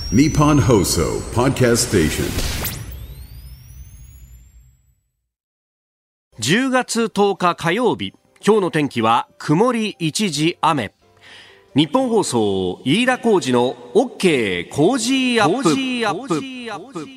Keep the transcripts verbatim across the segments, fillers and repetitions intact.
Nippon Hoso Podcast Station。 じゅうがつとおか火曜日、今日の天気は曇り一時雨。日本放送飯田浩司の OK 工事アップ。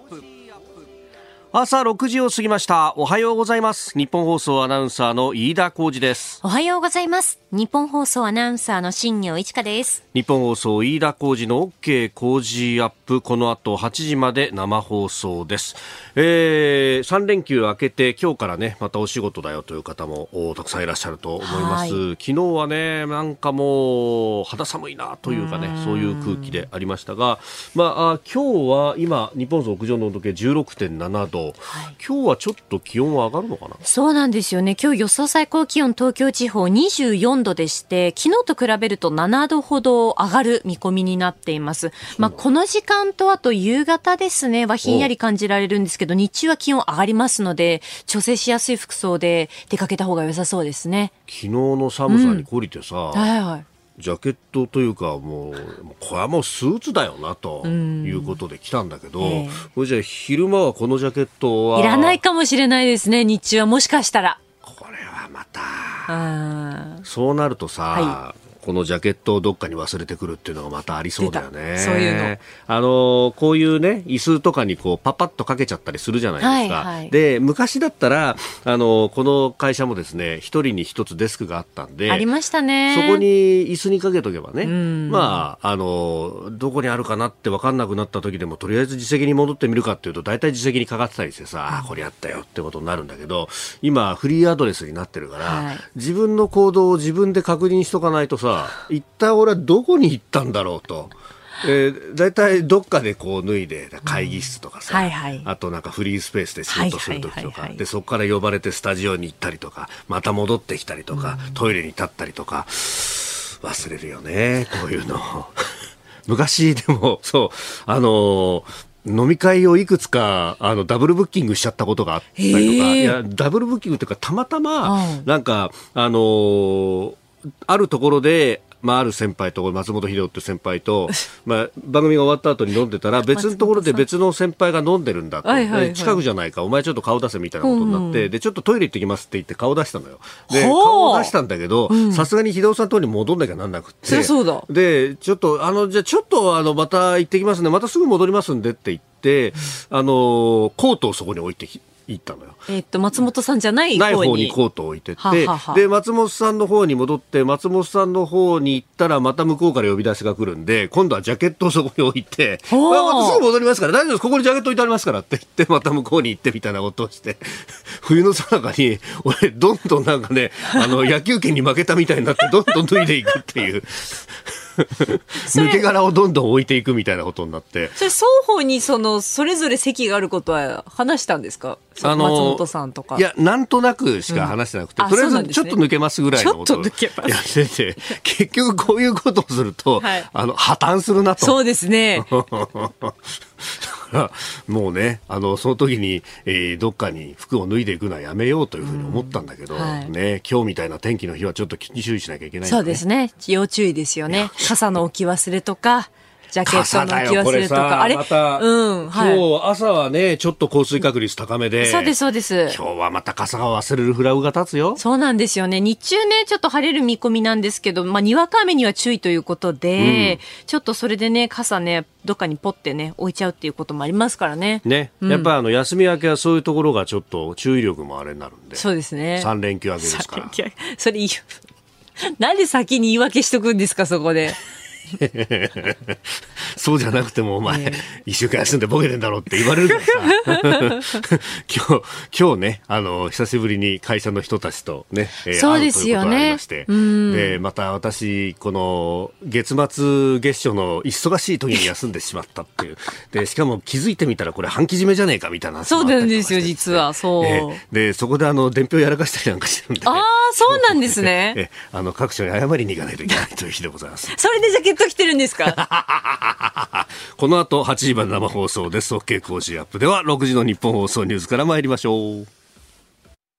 朝ろくじを過ぎました。おはようございます。日本放送アナウンサーの飯田浩司です。 おはようございます。日本放送アナウンサーの新業一華です。 日本放送飯田浩司の OK 工事アップ、この後はちじまで生放送です。えー、さん連休明けて今日からねまたお仕事だよという方もたくさんいらっしゃると思います。昨日はねなんかもう肌寒いなというかねそういう空気でありましたが、まあ、あ今日は今日本放送屋上の温度計 じゅうろくてんななど、はい、今日はちょっと気温は上がるのかな。 そうなんですよね。今日予想最高気温東京地方にじゅうよんどでして、昨日と比べるとななどほど上がる見込みになっています。まあ、この時間とあと夕方ですねはひんやり感じられるんですけど、日中は気温上がりますので調整しやすい服装で出かけた方が良さそうですね。 昨日の寒さに懲りてさ、うんはいはい、ジャケットというかもうこれはもうスーツだよなということで来たんだけど、えー、これじゃあ昼間はこのジャケットはいらないかもしれないですね。日中はもしかしたらこれはまたそうなるとさ、はいこのジャケットをどっかに忘れてくるっていうのがまたありそうだよね。 そういうのあのこういうね椅子とかにこうパッパッとかけちゃったりするじゃないですか、はいはい、で昔だったらあのこの会社もですね一人に一つデスクがあったんでありましたね。 そこに椅子にかけとけばね、まああのどこにあるかなって分かんなくなった時でもとりあえず自席に戻ってみるかっていうと大体自席にかかってたりしてさ、うん、あこれあったよってことになるんだけど、今フリーアドレスになってるから、はい、自分の行動を自分で確認しとかないとさ一旦俺はどこに行ったんだろうと、えー、だいたいどっかでこう脱いで会議室とかさ、うんはいはい、あとなんかフリースペースで仕事するときとかでそこから呼ばれてスタジオに行ったりとかまた戻ってきたりとか、うん、トイレに立ったりとか忘れるよねこういうの昔でもそうあのー飲み会をいくつかあのダブルブッキングしちゃったことがあったりとか、いやダブルブッキングというかたまたまなんか、うん、あのー、あるところでまあ、ある先輩と松本秀夫っていう先輩と、まあ、番組が終わった後に飲んでたら別のところで別の先輩が飲んでるんだと、はいはいはい、近くじゃないかお前ちょっと顔出せみたいなことになって、うん、でちょっとトイレ行ってきますって言って顔出したのよ。で顔を出したんだけどさすがに秀夫さんのところに戻んなきゃなんなくってそうだでちょっとあのじゃあちょっとあのまた行ってきますねまたすぐ戻りますんでって言って、うん、あのコートをそこに置いてき行ったのよ。 えー、っと松本さんじゃない方にない方にコートを置いてってはははで松本さんの方に戻って松本さんの方に行ったらまた向こうから呼び出しが来るんで今度はジャケットをそこに置いてあまたすぐ戻りますから大丈夫ですここにジャケット置いてありますからって言ってまた向こうに行ってみたいなことをして冬のさなかに俺どんどんなんかねあの野球拳に負けたみたいになってどんどん脱いでいくっていう抜け殻をどんどん置いていくみたいなことになってそれ双方にそのそれぞれ席があることは話したんですか。あの松本さんとかいやなんとなくしか話してなくて、うん、とりあえずちょっと抜けますぐらいのことをやってて結局こういうことをすると、はい、あの破綻するなと。 そうですねもうねあのその時に、えー、どっかに服を脱いでいくのはやめようというふうに思ったんだけど、うんはいね、今日みたいな天気の日はちょっと注意しなきゃいけない、ね、 そうですね要注意ですよね。傘の置き忘れとかジャケットの置き忘れとかあれ、 またうんはい、今日朝はねちょっと降水確率高めでそうですそうです今日はまた傘が忘れるフラグが立つよ。 そうなんですよね。日中ねちょっと晴れる見込みなんですけど、まあ、にわか雨には注意ということで、うん、ちょっとそれでね傘ねどっかにポッてね置いちゃうっていうこともありますからね。 ね、うん、やっぱりあの休み明けはそういうところがちょっと注意力もあれになるんで。 そうですねさん連休明けですからそれいいなんで先に言い訳しとくんですかそこでそうじゃなくてもお前、えー、一週間休んでボケてんだろうって言われるからさ今日今日ねあの久しぶりに会社の人たちとね、えー、 そうですよね。 会うということがありまして、うん、でまた私この月末月初の忙しい時に休んでしまったっていうでしかも気づいてみたらこれ半期締めじゃねえかみたいな話もあったりとかして、 そうなんですよ実はそう、えー、 でそこであの伝票やらかしたりなんかしてるんで、ね、 ああそうなんですねえー、あの各所に謝りに行かないといけないという日でございます。 それでジャケット着てるんですかこの後はちじまで生放送です。 OK 工事アップではろくじの日本放送ニュースから参りましょう。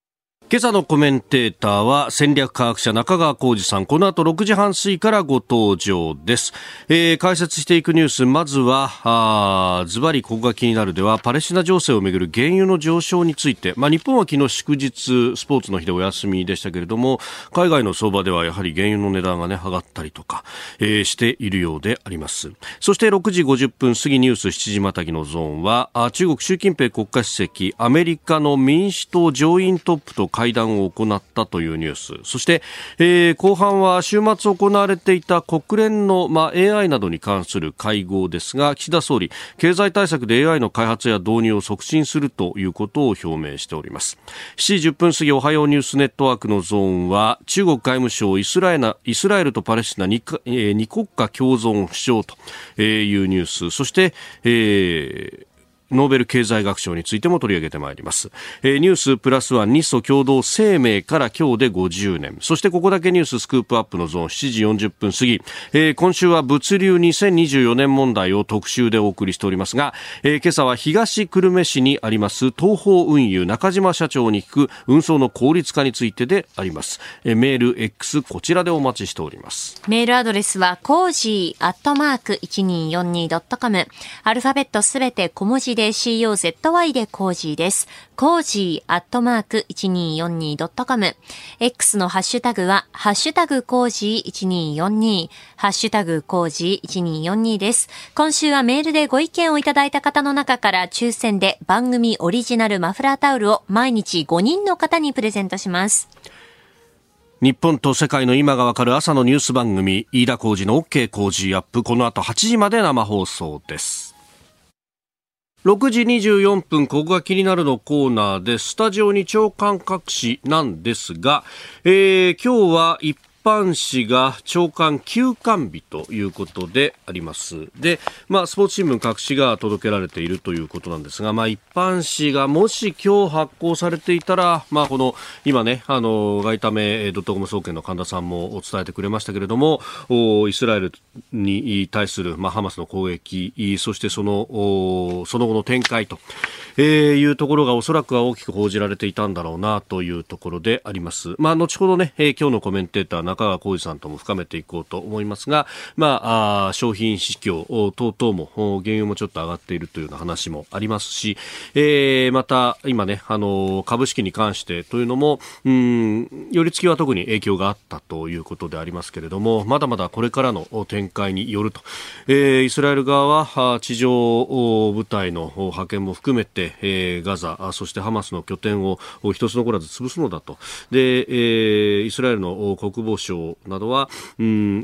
今朝のコメンテーターは戦略科学者中川浩二さん。この後ろくじはん過ぎからご登場です。えー、解説していくニュース、まずはズバリここが気になるではパレスチナ情勢をめぐる原油の上昇について、まあ、日本は昨日祝日スポーツの日でお休みでしたけれども、海外の相場ではやはり原油の値段が、ね、上がったりとか、えー、しているようであります。そしてろくじごじゅっぷん過ぎニュースしちじまたぎのゾーンは中国習近平国家主席アメリカの民主党上院トップと会談を行ったというニュース、そして、えー、後半は週末行われていた国連の、まあ、エーアイ などに関する会合ですが、岸田総理経済対策で エーアイ の開発や導入を促進するということを表明しております。しちじじゅっぷん過ぎおはようニュースネットワークのゾーンは中国外務省イスラエル、イスラエルとパレスチナ 2, えー、2国家共存主張というニュース、そして、えーノーベル経済学賞についても取り上げてまいります。えー、ニュースプラスワン日ソ共同声明から今日でごじゅうねん。そしてここだけニューススクープアップのゾーンしちじよんじゅっぷん過ぎ、えー、今週は物流にせんにじゅうよねん問題を特集でお送りしておりますが、えー、今朝は東久留米市にあります東方運輸中島社長に聞く運送の効率化についてであります。えー、メール X こちらでお待ちしております。 メールアドレスはコージーアットマーク いちにーよんにードットコム、 アルファベットすべて小文字で コーゼットワイ でコージーです。コージーアットマーク いちにーよんにードットコム、 X のハッシュタグはハッシュタグコージーいちにーよんにー、ハッシュタグコージーいちにーよんにーです。今週はメールでご意見をいただいた方の中から抽選で番組オリジナルマフラータオルを毎日ごにんの方にプレゼントします。 日本と世界の今がわかる朝のニュース番組、飯田浩司の OK 工事アップ、この後はちじまで生放送です。ろくじにじゅうよんぷん、ここが気になるのコーナーで、スタジオに朝刊各紙なんですが、えー、今日は一般紙が朝刊休刊日ということであります。で、まあ、スポーツ新聞各紙が届けられているということなんですが、まあ、一般紙がもし今日発行されていたら、まあ、この今ね、あの外為ドットコム総研の神田さんも伝えてくれましたけれども、イスラエルに対する、まあ、ハマスの攻撃、そしてそのその後の展開と、えー、いうところがおそらくは大きく報じられていたんだろうなというところであります。まあ、後ほどね、えー、今日のコメンテーター中川浩二さんとも深めていこうと思いますが、まあ、あ商品市況等々も原油もちょっと上がっているというような話もありますし、えー、また今ね、あの株式に関してというのもうーん寄り付きは特に影響があったということでありますけれども、まだまだこれからの展開によると、えー、イスラエル側は地上部隊の派遣も含めて、えー、ガザそしてハマスの拠点を一つ残らず潰すのだと。で、えー、イスラエルの国防省などは、うん、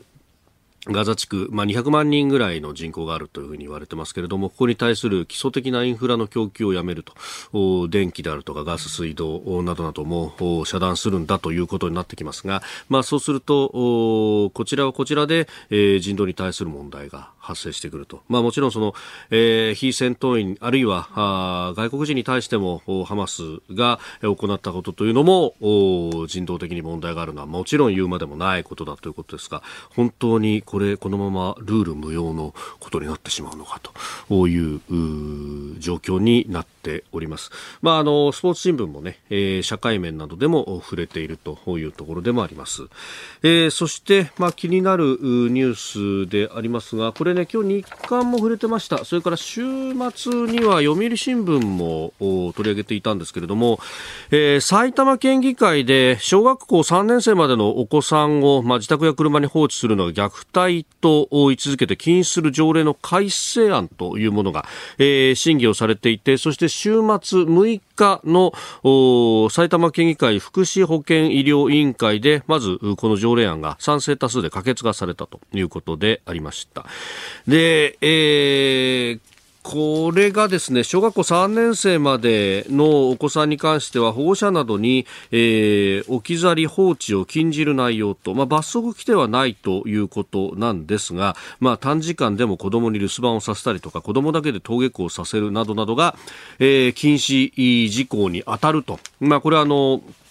ガザ地区、まあ、にひゃくまんにんぐらいの人口があるというふうに言われてますけれども、ここに対する基礎的なインフラの供給をやめると、電気であるとかガス水道などなども遮断するんだということになってきますが、まあ、そうするとこちらはこちらで、えー、人道に対する問題が発生してくると。まあ、もちろんその、えー、非戦闘員あるいはあ外国人に対してもハマスが行ったことというのも人道的に問題があるのはもちろん言うまでもないことだということですが、本当にこれこのままルール無用のことになってしまうのかという状況になっております。まあ、あのスポーツ新聞もね、えー、社会面などでも触れているというところでもあります。えー、そして、まあ、気になるニュースでありますが、これね、今日日刊も触れてました。それから週末には読売新聞も取り上げていたんですけれども、えー、埼玉県議会で小学校さんねん生までのお子さんを、まあ、自宅や車に放置するのが虐待と位置づけて禁止する条例の改正案というものが、えー、審議をされていて、そして週末むいかの埼玉県議会福祉保健医療委員会でまずこの条例案が賛成多数で可決がされたということでありました。で、えーこれがですね、小学校さんねん生までのお子さんに関しては保護者などに、えー、置き去り放置を禁じる内容と、まあ、罰則規定はないということなんですが、まあ、短時間でも子供に留守番をさせたりとか子供だけで登下校させるなどなどが、えー、禁止事項に当たると。まあ、これはあの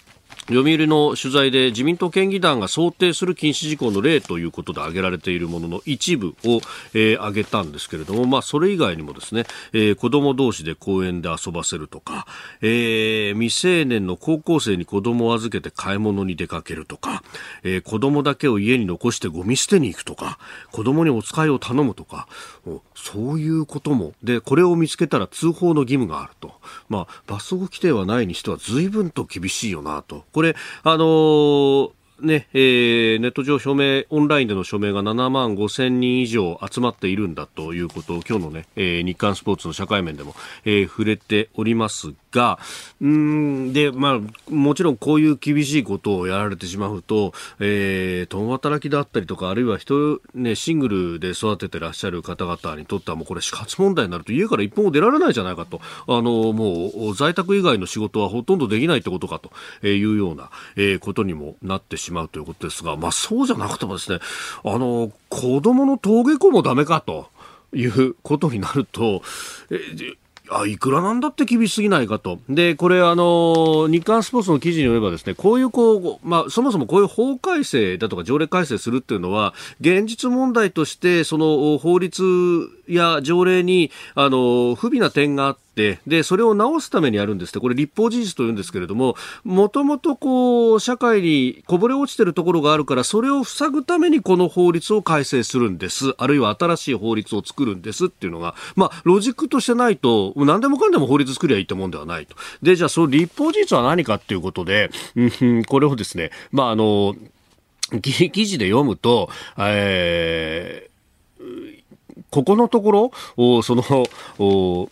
読売の取材で自民党県議団が想定する禁止事項の例ということで挙げられているものの一部を、えー、挙げたんですけれども、まあ、それ以外にもですね、えー、子供同士で公園で遊ばせるとか、えー、未成年の高校生に子供を預けて買い物に出かけるとか、えー、子供だけを家に残してゴミ捨てに行くとか、子供にお使いを頼むとか、そういうこともで、これを見つけたら通報の義務があると、まあ、罰則規定はないにしては随分と厳しいよなと。これ、あのーねえー、ネット上署名、オンラインでの署名がななまんごせんにん以上集まっているんだということを今日の、ねえー、日刊スポーツの社会面でも、えー、触れておりますが、うーんで、まあ、もちろんこういう厳しいことをやられてしまうと、えー、共働きだったりとか、あるいは人、ね、シングルで育ててらっしゃる方々にとってはもうこれ死活問題になると、家から一歩も出られないじゃないかと、あのもう在宅以外の仕事はほとんどできないってことかというような、えー、ことにもなってしまうということですが、まあ、そうじゃなくてもですね、あの子供の登下校もダメかということになると、えあいくらなんだって厳しすぎないかと。でこれあの日刊スポーツの記事によればですね、こういうこう、まあ、そもそもこういう法改正だとか条例改正するっていうのは現実問題としてその法律や条例にあの不備な点があって、でそれを直すためにやるんですって。これ立法事実というんですけれども、もともとこう社会にこぼれ落ちてるところがあるから、それを塞ぐためにこの法律を改正するんです、あるいは新しい法律を作るんですっていうのが、まあ、ロジックとしてないと何でもかんでも法律作りゃいいってもんではないと。でじゃあその立法事実は何かっていうことで、うん、これをですね、まああの記事で読むと、えー、ここのところその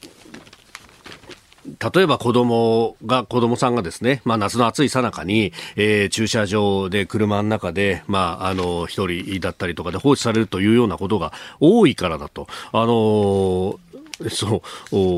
例えば子供が、子供さんがですね、まあ夏の暑い最中に、えー、駐車場で車の中で、まああの、一人だったりとかで放置されるというようなことが多いからだと。あのー、そう、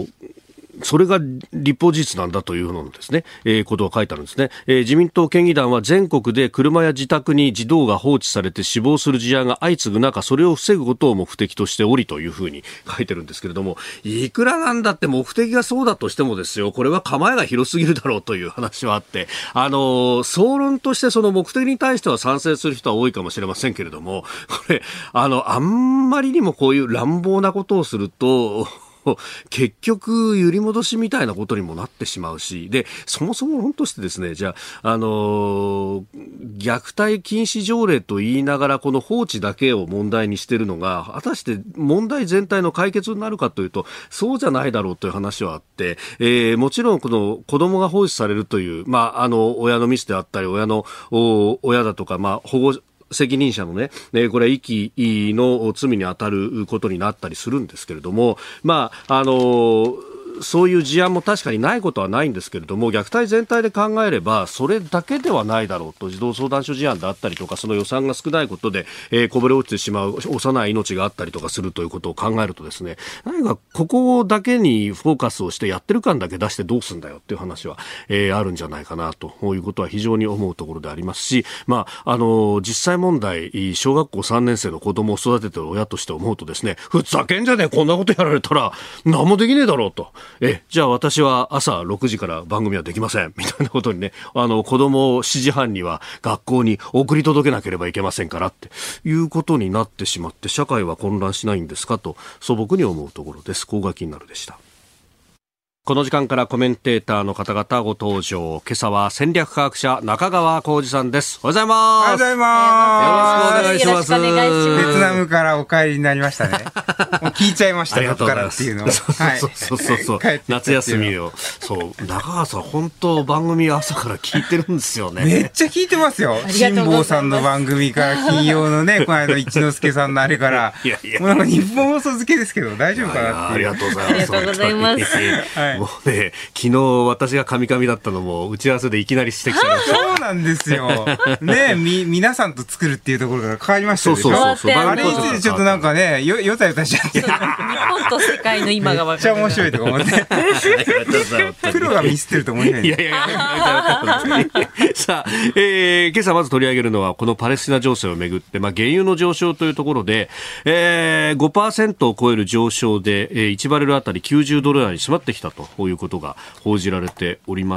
それが立法事実なんだというのですね、えー、ことが書いてあるんですね。えー、自民党県議団は全国で車や自宅に児童が放置されて死亡する事案が相次ぐ中、それを防ぐことを目的としておりというふうに書いてるんですけれども、いくらなんだって目的がそうだとしてもですよ、これは構えが広すぎるだろうという話はあって、あのー、総論としてその目的に対しては賛成する人は多いかもしれませんけれども、これあのあんまりにもこういう乱暴なことをすると結局揺り戻しみたいなことにもなってしまうし、でそもそも論としてですね、じゃあ、あのー、虐待禁止条例と言いながらこの放置だけを問題にしているのが果たして問題全体の解決になるかというとそうじゃないだろうという話はあって、えー、もちろんこの子供が放置されるという、まあ、あの親のミスであったり親の親だとか、まあ、保護責任者のね、これは遺棄の罪に当たることになったりするんですけれども、まあ、あのそういう事案も確かにないことはないんですけれども、虐待全体で考えればそれだけではないだろうと。児童相談所事案であったりとか、その予算が少ないことで、えー、こぼれ落ちてしまう幼い命があったりとかするということを考えるとですね、何かここだけにフォーカスをしてやってる感だけ出してどうすんだよっていう話は、えー、あるんじゃないかなということは非常に思うところでありますし、まあ、あの実際問題小学校さんねん生の子供を育ててる親として思うとですね、ふざけんじゃねえ、こんなことやられたら何もできねえだろうと、えじゃあ私は朝ろくじから番組はできませんみたいなことにね、あの子供をしちじはんには学校に送り届けなければいけませんからっていうことになってしまって、社会は混乱しないんですかと素朴に思うところです。高垣金なるでした。この時間からコメンテーターの方々ご登場。今朝は戦略科学者中川浩二さんです。おはようございます。 おはようございます。 よろしくお願いします。 ベトナムからお帰りになりましたね。もう聞いちゃいましたどこからっていうのを。 そうそうそうそう、はい、夏休みを。そう中川さん本当番組朝から聞いてるんですよね。 めっちゃ聞いてますよ。辛坊さんの番組から金曜のね、この間一之輔さんのあれから、いやいやもうなんか日本放送漬けですけど大丈夫かなっていう。 ありがとうございます。ありがとうございます。はい、もうね、昨日私がカミカミだったのも打ち合わせでいきなり指摘されました。 そうなんですよ。ね、み皆さんと作るっていうところから変わりましたでしょ。 そうそうそう。 あれについてちょっとなんかね、よよたよたしちゃって。 日本と世界の今が分かる。 めっちゃ面白いとか思って。プロがミスってると思いない。いやいやいや。 さあ、えー、今朝まず取り上げるのはこのパレスチナ情勢をめぐって、まあ原油の上昇というところで、えー、ごパーセント を超える上昇で、えー、いちバレルあたりきゅうじゅうドル台に迫ってきたということが報じられております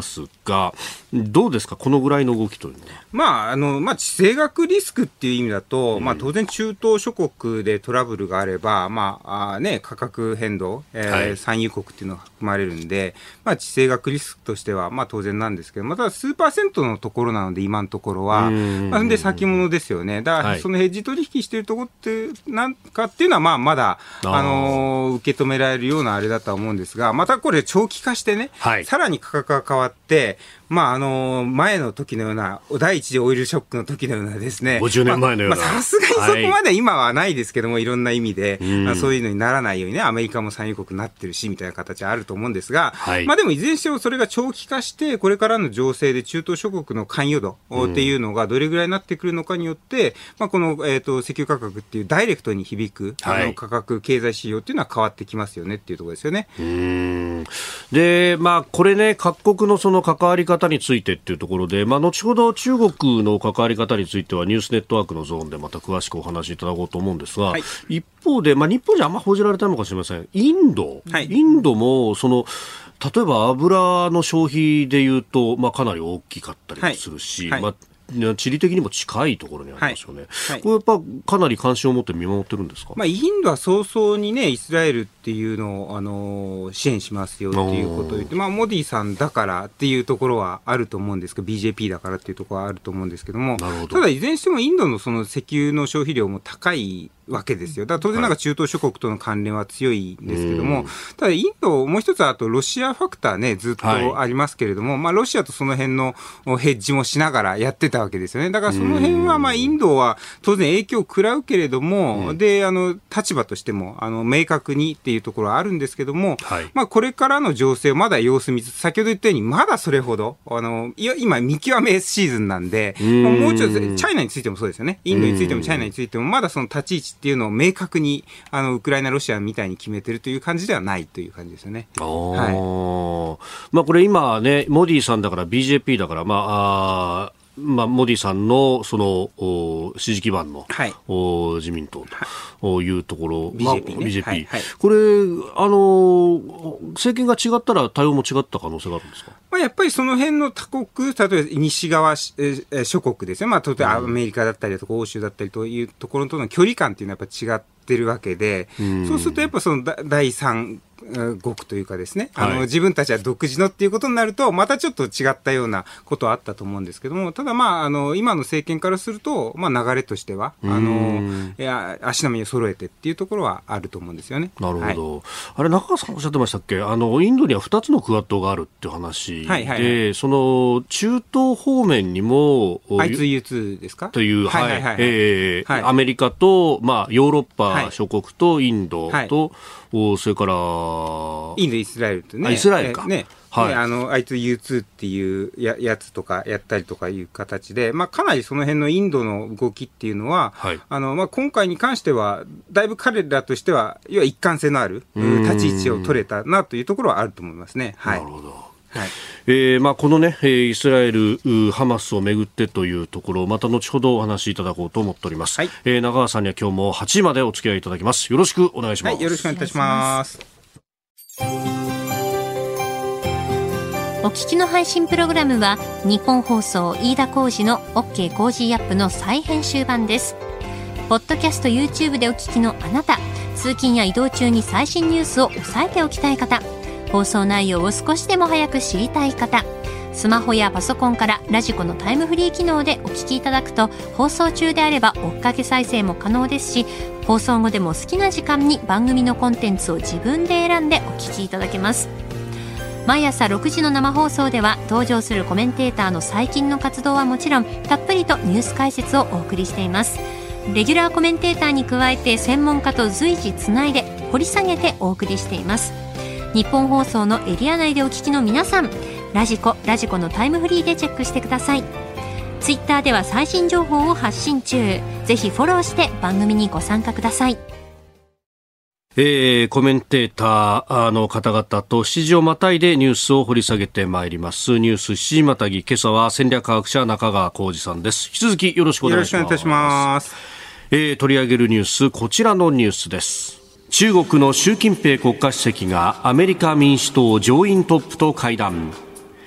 が、どうですか、このぐらいの動きというのは。 まああのまあ、地政学リスクっていう意味だと、うん、まあ、当然、中東諸国でトラブルがあれば、まああね、価格変動、えーはい、産油国っていうのが含まれるんで、まあ、地政学リスクとしては、まあ、当然なんですけど、また数パーセントのところなので、今のところは、まあ、で先物ですよね、だから、そのヘッジ取引しているところってなんかっていうのは、まあ、まだ、あのー、受け止められるようなあれだとは思うんですが、またこれ、長期化してね、はい、さらに価格が変わって、まああのー、前の時のような、第一次オイルショックの時のようなですね、 ごじゅうねんまえのような、 さすがにそこまで今はないですけども、はい、いろんな意味で、まあ、そういうのにならないようにね、アメリカも産油国になってるし、みたいな形はあると思うんですが、はい、まあでもいずれにしてもそれが長期化して、これからの情勢で中東諸国の関与度っていうのがどれぐらいになってくるのかによって、まあ、この、えーと、石油価格っていうダイレクトに響く、はい、あの価格、経済指標っていうのは変わってきますよねっていうところですよね。 うーんで、まあ、これね、各国のその関わり方についてっていうところで、まあ、後ほど中国の関わり方についてはニュースネットワークのゾーンでまた詳しくお話しいただこうと思うんですが、はい、一方で、まあ、日本じゃあんま報じられたのかもしれません。インド、はい、インドもその例えば油の消費でいうと、まあ、かなり大きかったりもするし、はいはい、まあ地理的にも近いところにありますよね、はいはい、これやっぱかなり関心を持って見守ってるんですか。 まあ、インドは早々にね、イスラエルっていうのを、あのー、支援しますよっていうことを言って、まあ、モディさんだからっていうところはあると思うんですけど、 ビージェーピー だからっていうところはあると思うんですけども、どただいずれにしてもインドのその石油の消費量も高いわけですよ。だから当然なんか中東諸国との関連は強いんですけども、はい、ただインドもう一つはあとロシアファクターね、ずっとありますけれども、はい、まあロシアとその辺のヘッジもしながらやってたわけですよね。だからその辺はまあインドは当然影響を食らうけれども、うん、であの立場としてもあの明確にっていうところはあるんですけども、はい、まあこれからの情勢をまだ様子見つつ、先ほど言ったようにまだそれほどあの今見極めシーズンなんで、まあ、もうちょっとチャイナについてもそうですよね。インドについてもチャイナについてもまだその立ち位置っていうのを明確にあのウクライナ、ロシアみたいに決めてるという感じではないという感じですよね。 あ、はい、まあ、これ今ね、モディさんだから ビージェーピー だから、まあ、あまあ、モディさんのその支持基盤の、はい、自民党というところ、はい、まあ、ビージェーピー ね、ビージェーピー、はいはい、これあの政権が違ったら対応も違った可能性があるんですか。 まあ、やっぱりその辺の他国、例えば西側諸国ですね、まあ、例えばアメリカだったりとか欧州だったりというところとの距離感っていうのはやっぱ違ってるわけで、うん、そうするとやっぱその第三国というかですね、あの、はい、自分たちは独自のっていうことになるとまたちょっと違ったようなことはあったと思うんですけども、ただまああの今の政権からすると、まあ、流れとしてはあのいや足並みを揃えてっていうところはあると思うんですよね。 なるほど、はい、あれ中川さんおっしゃってましたっけ、あのインドにはふたつのクアッドがあるっていう話で、はいはいはい、その中東方面にもアイツーユーツー ですかという、はいはいはいはい、えーはい、アメリカと、まあ、ヨーロッパ諸国とインドと、はいはい、それからインド、イスラエルとね、 イスラエルか、ね、 はい、あの アイツーユーツー っていう や, やつとかやったりとかいう形で、まあ、かなりその辺のインドの動きっていうのは、はい、あのまあ、今回に関してはだいぶ彼らとしては要は一貫性のある立ち位置を取れたなというところはあると思いますね。はい、なるほど。はい、 えーまあ、この、ね、イスラエル、ハマスをめぐってというところをまた後ほどお話しいただこうと思っております、はい、えー、中川さんには今日もはちじまでお付き合いいただきます。よろしくお願いします。 はい、よろしくお願いいたします。 お聞きの配信プログラムは日本放送飯田浩司の OK コージーアップの再編集版です。ポッドキャスト YouTube でお聞きのあなた、通勤や移動中に最新ニュースを押さえておきたい方、放送内容を少しでも早く知りたい方、スマホやパソコンからラジコのタイムフリー機能でお聞きいただくと、放送中であれば追っかけ再生も可能ですし、放送後でも好きな時間に番組のコンテンツを自分で選んでお聞きいただけます。毎朝ろくじの生放送では登場するコメンテーターの最近の活動はもちろん、たっぷりとニュース解説をお送りしています。レギュラーコメンテーターに加えて専門家と随時つないで掘り下げてお送りしています。日本放送のエリア内でお聞きの皆さん、ラジコ、ラジコのタイムフリーでチェックしてください。ツイッターでは最新情報を発信中。ぜひフォローして番組にご参加ください。 えー、コメンテーターの方々としちじをまたいでニュースを掘り下げてまいります。ニュースしちじまたぎ、今朝は戦略科学者中川浩司さんです。引き続きよろしくお願いします。 よろしくお願いいたします。 えー、取り上げるニュース、こちらのニュースです。中国の習近平国家主席がアメリカ民主党上院トップと会談。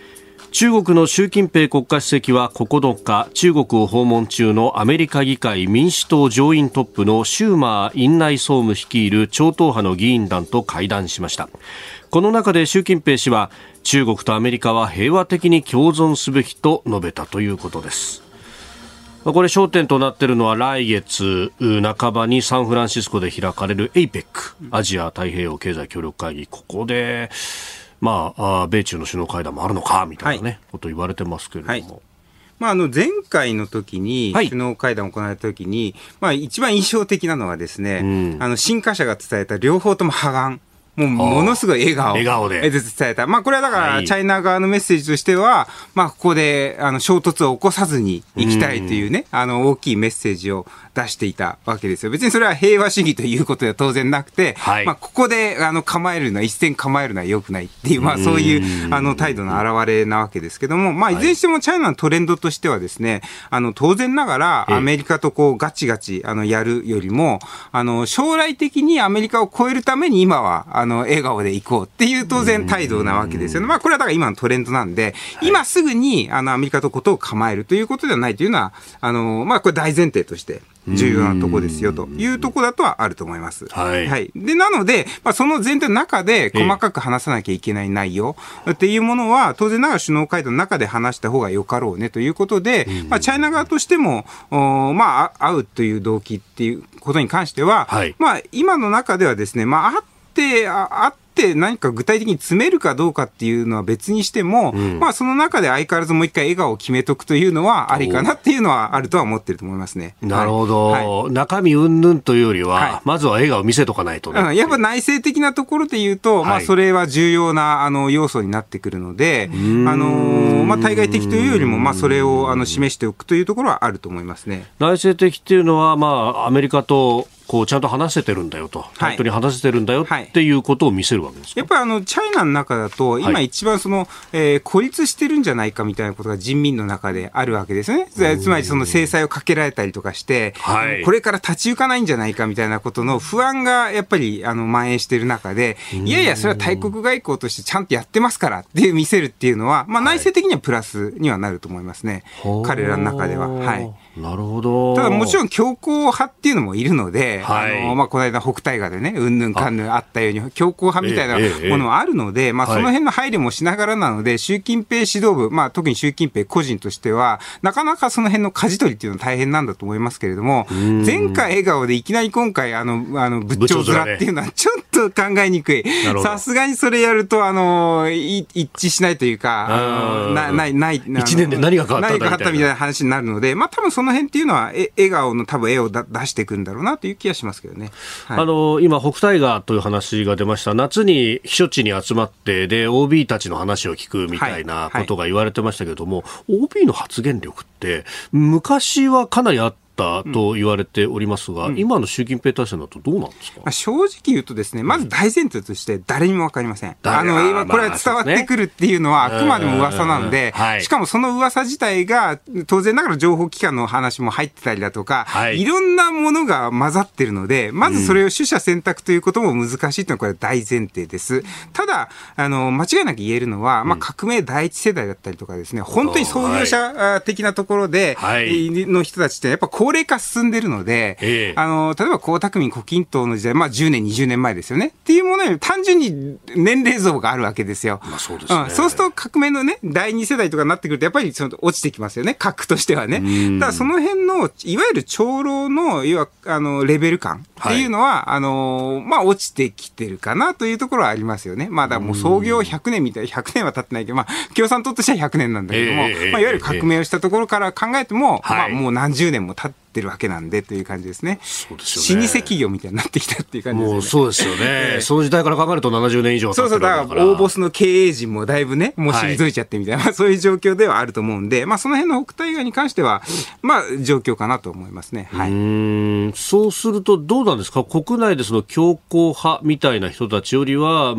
中国の習近平国家主席はここのか、中国を訪問中のアメリカ議会民主党上院トップのシューマー院内総務率いる超党派の議員団と会談しました。この中で習近平氏は、中国とアメリカは平和的に共存すべきと述べたということです。これ焦点となっているのは、来月半ばにサンフランシスコで開かれる エイペック アジア太平洋経済協力会議、ここでまあ、米中の首脳会談もあるのかみたいな、ね、はい、こと言われてますけれども、はい、 まあ、あの前回の時に、首脳会談を行われた時に、はい、まあ、一番印象的なのはですね、うん、あの新華社が伝えた両方とも破顔、もうものすごい笑顔笑顔で伝えた。まあこれはだからチャイナ側のメッセージとしては、まあここであの衝突を起こさずに行きたいというね、あの大きいメッセージを出していたわけですよ。別にそれは平和主義ということでは当然なくて、はい、まあここであの構えるのは一線構えるのは良くないっていう、まあそういうあの態度の表れなわけですけども、まあいずれにしてもチャイナのトレンドとしてはですね、あの当然ながらアメリカとこうガチガチあのやるよりも、あの将来的にアメリカを超えるために今はあの笑顔で行こうっていう当然態度なわけですよね。まあこれはだから今のトレンドなんで、今すぐにあのアメリカとことを構えるということではないというのは、あのまあこれ大前提として重要なとこですよというところだとはあると思います。はい。はい。で、なので、まあその前提の中で細かく話さなきゃいけない内容っていうものは当然ながら首脳会談の中で話した方がよかろうねということで、まあチャイナ側としても、まあ会うという動機っていうことに関しては、はい、まあ今の中ではですね、まあ会って会って何か具体的に詰めるかどうかっていうのは別にしても、うん、まあその中で相変わらずもう一回笑顔を決めとくというのはありかなっていうのはあるとは思ってると思いますね。 なるほど、はい、中身云々というよりは、はい、まずは笑顔を見せとかないとね、 うん、やっぱ内政的なところで言うと、はい、まあそれは重要なあの要素になってくるので、あのまあ対外的というよりもまあそれをあの示しておくというところはあると思いますね。 内政的っていうのはまあアメリカとこうちゃんと話せてるんだよと、本当に話せてるんだよっていうことを見せるわけですか。 やっぱりあのチャイナの中だと今一番その、はい、えー、孤立してるんじゃないかみたいなことが人民の中であるわけですね。つまりその制裁をかけられたりとかして、はい、これから立ち行かないんじゃないかみたいなことの不安がやっぱりあの蔓延している中で、いやいやそれは大国外交としてちゃんとやってますからっていう見せるっていうのは、まあ、内政的にはプラスにはなると思いますね、はい、彼らの中では。はい。 なるほど。 ただもちろん強硬派っていうのもいるので、はい、あのまあ、この間北戴河でねうんぬんかんぬんあったように強硬派みたいなものもあるので、えええ、まあ、その辺の配慮もしながらなので、はい、習近平指導部、まあ、特に習近平個人としてはなかなかその辺の舵取りっていうのは大変なんだと思いますけれども、前回笑顔でいきなり今回あのあの仏頂面っていうのはちょっと考えにくい。さすがにそれやるとあの一致しないというか、あのなないない一年で何が変わったんだみたいな、何が変わったみたいな話になるので、まあ多分その辺っていうのはえ笑顔の多分絵をだ出していくんだろうなという気がしますけどね。はい、 あの今北戴河という話が出ました。夏に避暑地に集まってで オービー たちの話を聞くみたいなことが言われてましたけれども、はいはい、オービー の発言力って昔はかなりあったと言われておりますが、うん、今の習近平体制だとどうなんですか。まあ、正直言うとですね、まず大前提として誰にも分かりません。あの今これは伝わってくるっていうのはあくまでも噂なので、はい、しかもその噂自体が当然ながら情報機関の話も入ってたりだとか、はい、いろんなものが混ざってるので、まずそれを取捨選択ということも難しいというのはこれは大前提です。ただあの間違いなく言えるのは、まあ、革命第一世代だったりとかですね、本当に創業者的なところで、はい、の人たちってやっぱ高齢化進んでるので、えー、あの例えば江沢民胡錦涛の時代、まあ、じゅうねんにじゅうねんまえですよねっていうものより単純に年齢像があるわけですよ。 まあそうですね。うん、 そうすると革命のねだいに世代とかになってくるとやっぱりその落ちてきますよね、核としてはね。だからその辺のいわゆる長老の要はあのレベル感っていうのは、はい、あのまあ落ちてきてるかなというところはありますよね。まあだからもう創業ひゃくねんみたいなひゃくねんは経ってないけど、まあ共産党としてはひゃくねんなんだけども、えーまあ、いわゆる革命をしたところから考えても、えーまあ、もう何十年も経っててるわけなんでという感じですね。 そうですよね。 老舗企業みたいになってきたっていう感じですね。 もうそうですよね。その時代から考えるとななじゅうねん以上経ってるわけだから。 そうそう、だから大ボスの経営陣もだいぶね、もう退いちゃってみたいな、はいまあ、そういう状況ではあると思うんで、まあその辺の北戴河に関してはまあ状況かなと思いますね。はい。うーん、そうするとどうなんですか。国内でその強硬派みたいな人たちよりはまあ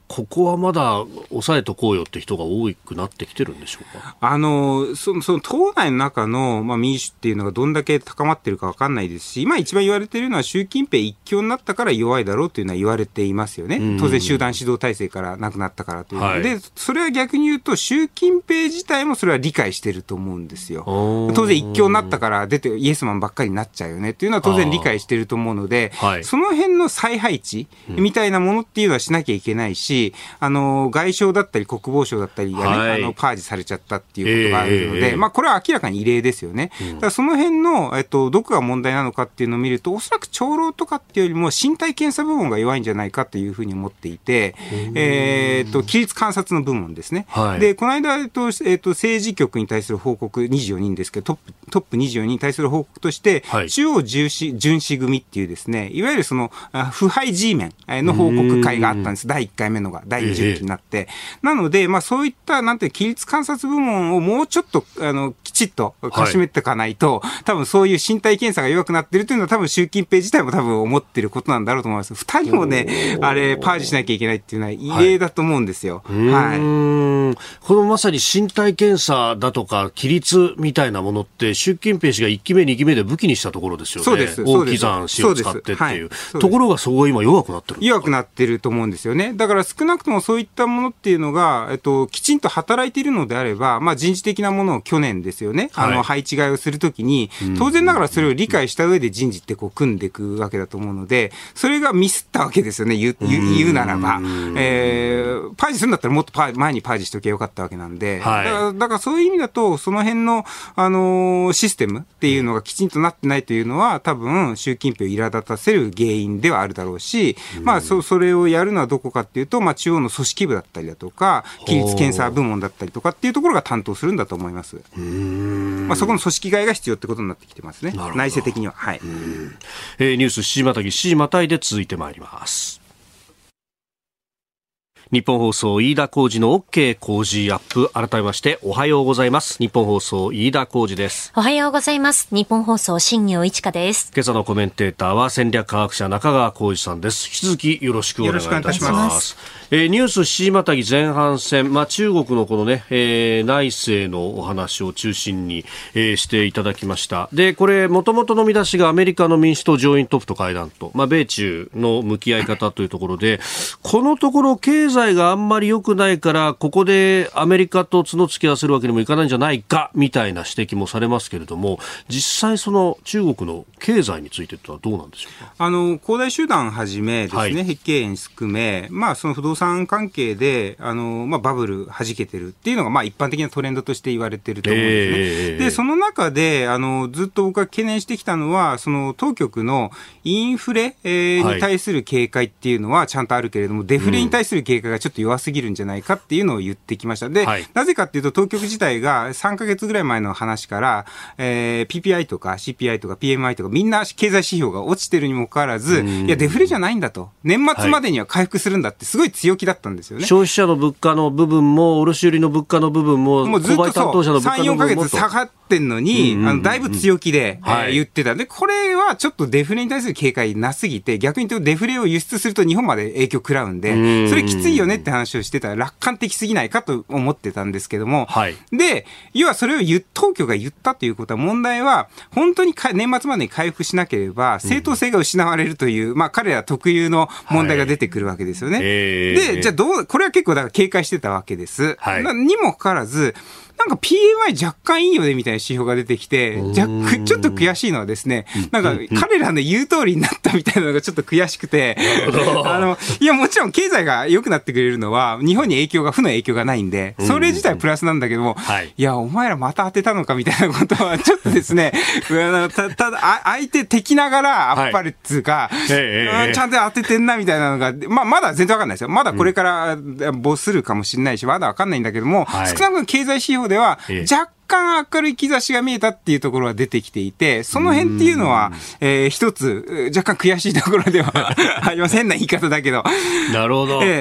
ここはまだ抑えとこうよって人が多くなってきてるんでしょうか。 あのその、その党内の中の、まあ、民主っていうのがどんだけ高まってるか分かんないですし、今一番言われているのは習近平一強になったから弱いだろうというのは言われていますよね。当然集団指導体制からなくなったからという、はい、でそれは逆に言うと習近平自体もそれは理解してると思うんですよ。当然一強になったから出てイエスマンばっかりになっちゃうよねっていうのは当然理解してると思うので、はい、その辺の再配置みたいなものっていうのはしなきゃいけないし、あの外相だったり国防相だったりが、ね、はい、あのパージされちゃったっていうことがあるので、えーまあ、これは明らかに異例ですよね。うん、だからその辺の、えっと、どこが問題なのかっていうのを見ると、おそらく長老とかっていうよりも身体検査部門が弱いんじゃないかというふうに思っていて、えー、っと規律監察の部門ですね。はい、でこの間、えっとえっと、政治局に対する報告にじゅうよにんですけど、トップ、トップにじゅうよにんに対する報告として、はい、中央巡視、巡視組っていうですね、いわゆるその腐敗 G メンの報告会があったんです。だいいっかいめのがだいにじゅっきになって、えー、なので、まあ、そういったなんて規律監察部門をもうちょっとあのきちっとかしめていかないと、はい、多分そういう身体検査が弱くなっているというのは多分習近平自体も多分思っていることなんだろうと思います。二人もね、あれパージしなきゃいけないっていうのは異例だと思うんですよ。はい。はい、 このまさに身体検査だとか規律みたいなものって習近平氏がいっきめにきめで武器にしたところですよね。 そうです。 王岐山氏を使ってっていう、はい、ところがそこが今弱くなってる。 弱くなってると思うんですよね。だから少なくともそういったものっていうのが、えっと、きちんと働いているのであれば、まあ、人事的なものを去年ですよね、はい、あの配置換えをするときに当然ながらそれを理解した上で人事ってこう組んでいくわけだと思うので、それがミスったわけですよね。 言, 言うならば、えー、パージするんだったらもっとパー前にパージしておけばよかったわけなんで、はい、だ, からだからそういう意味だとその辺の、あのー、システムっていうのがきちんとなってないというのは多分習近平を苛立たせる原因ではあるだろうし、まあ、そ, それをやるのはどこかっていうと、まあ、中央の組織部だったりだとか規律検査部門だったりとかっていうところが担当するんだと思います。うーん、まあ、そこの組織替えが必要ってことになってきてますね。内政的には、はい。 うん、えー、ニュースしちじまたぎしちじまたいで続いてまいります。日本放送飯田浩司の OK 工事アップ。改めましておはようございます。日本放送飯田浩司です。 おはようございます。日本放送新業一華です。 今朝のコメンテーターは戦略科学者中川浩司さんです。引き続きよろしくお願いいたします。えー、ニュースしちじまたぎ前半戦、まあ、中国のこのね、えー、内政のお話を中心に、えー、していただきました。で、これ元々の見出しがアメリカの民主党上院トップと会談と、まあ、米中の向き合い方というところで、このところ経済があんまり良くないからここでアメリカと角突き合わせるわけにもいかないんじゃないかみたいな指摘もされますけれども、実際その中国の経済についてはどうなんでしょうか。 あの恒大集団はじめですね、はい、碧桂園含め、まあ、その不動産関係であの、まあ、バブル弾けてるっていうのが、まあ、一般的なトレンドとして言われてると思うんですね。えー、でその中であのずっと僕が懸念してきたのはその当局のインフレ、えー、に対する警戒っていうのはちゃんとあるけれども、はい、デフレに対する警戒がちょっと弱すぎるんじゃないかっていうのを言ってきました。で、はい、なぜかっていうと当局自体がさんかげつぐらい前の話から、えー、ピーピーアイ とか シーピーアイ とか ピーエムアイ とかみんな経済指標が落ちてるにもかかわらず、いやデフレじゃないんだと、年末までには回復するんだってすごい強気だったんですよね。 はい、消費者の物価の部分も卸売の物価の部分ももうずっとそうさん、よんかげつ下がってんのに、あのだいぶ強気で、えー、言ってた。でこれはちょっとデフレに対する警戒なすぎて、逆に言うとデフレを輸出すると日本まで影響食らうんで、それきついよねって話をしてたら楽観的すぎないかと思ってたんですけども、はい、で要はそれを言当局が言ったということは、問題は本当に年末までに回復しなければ正当性が失われるという、うん、まあ、彼ら特有の問題が出てくるわけですよね。はい、えー、でじゃあどうこれは結構だから警戒してたわけです。はい、にもかかわらずなんか ピーエムアイ 若干いいよねみたいな指標が出てきて、若ちょっと悔しいのはですね、なんか彼らの言う通りになったみたいなのがちょっと悔しくて、あのいやもちろん経済が良くなってくれるのは日本に影響が負の影響がないんで、それ自体プラスなんだけども、いやお前らまた当てたのかみたいなことはちょっとですねた, ただ相手敵ながらあっぱれっつうか、はい、ちゃんと当ててんなみたいなのが、まあ、まだ全然わかんないですよ。まだこれからボスるかもしれないしまだわかんないんだけども、はい、少なくとも経済指標では若干明るい兆しが見えたっていうところが出てきていて、その辺っていうのは、えー、一つ若干悔しいところではありません。変な言い方だけど。 なるほど。えー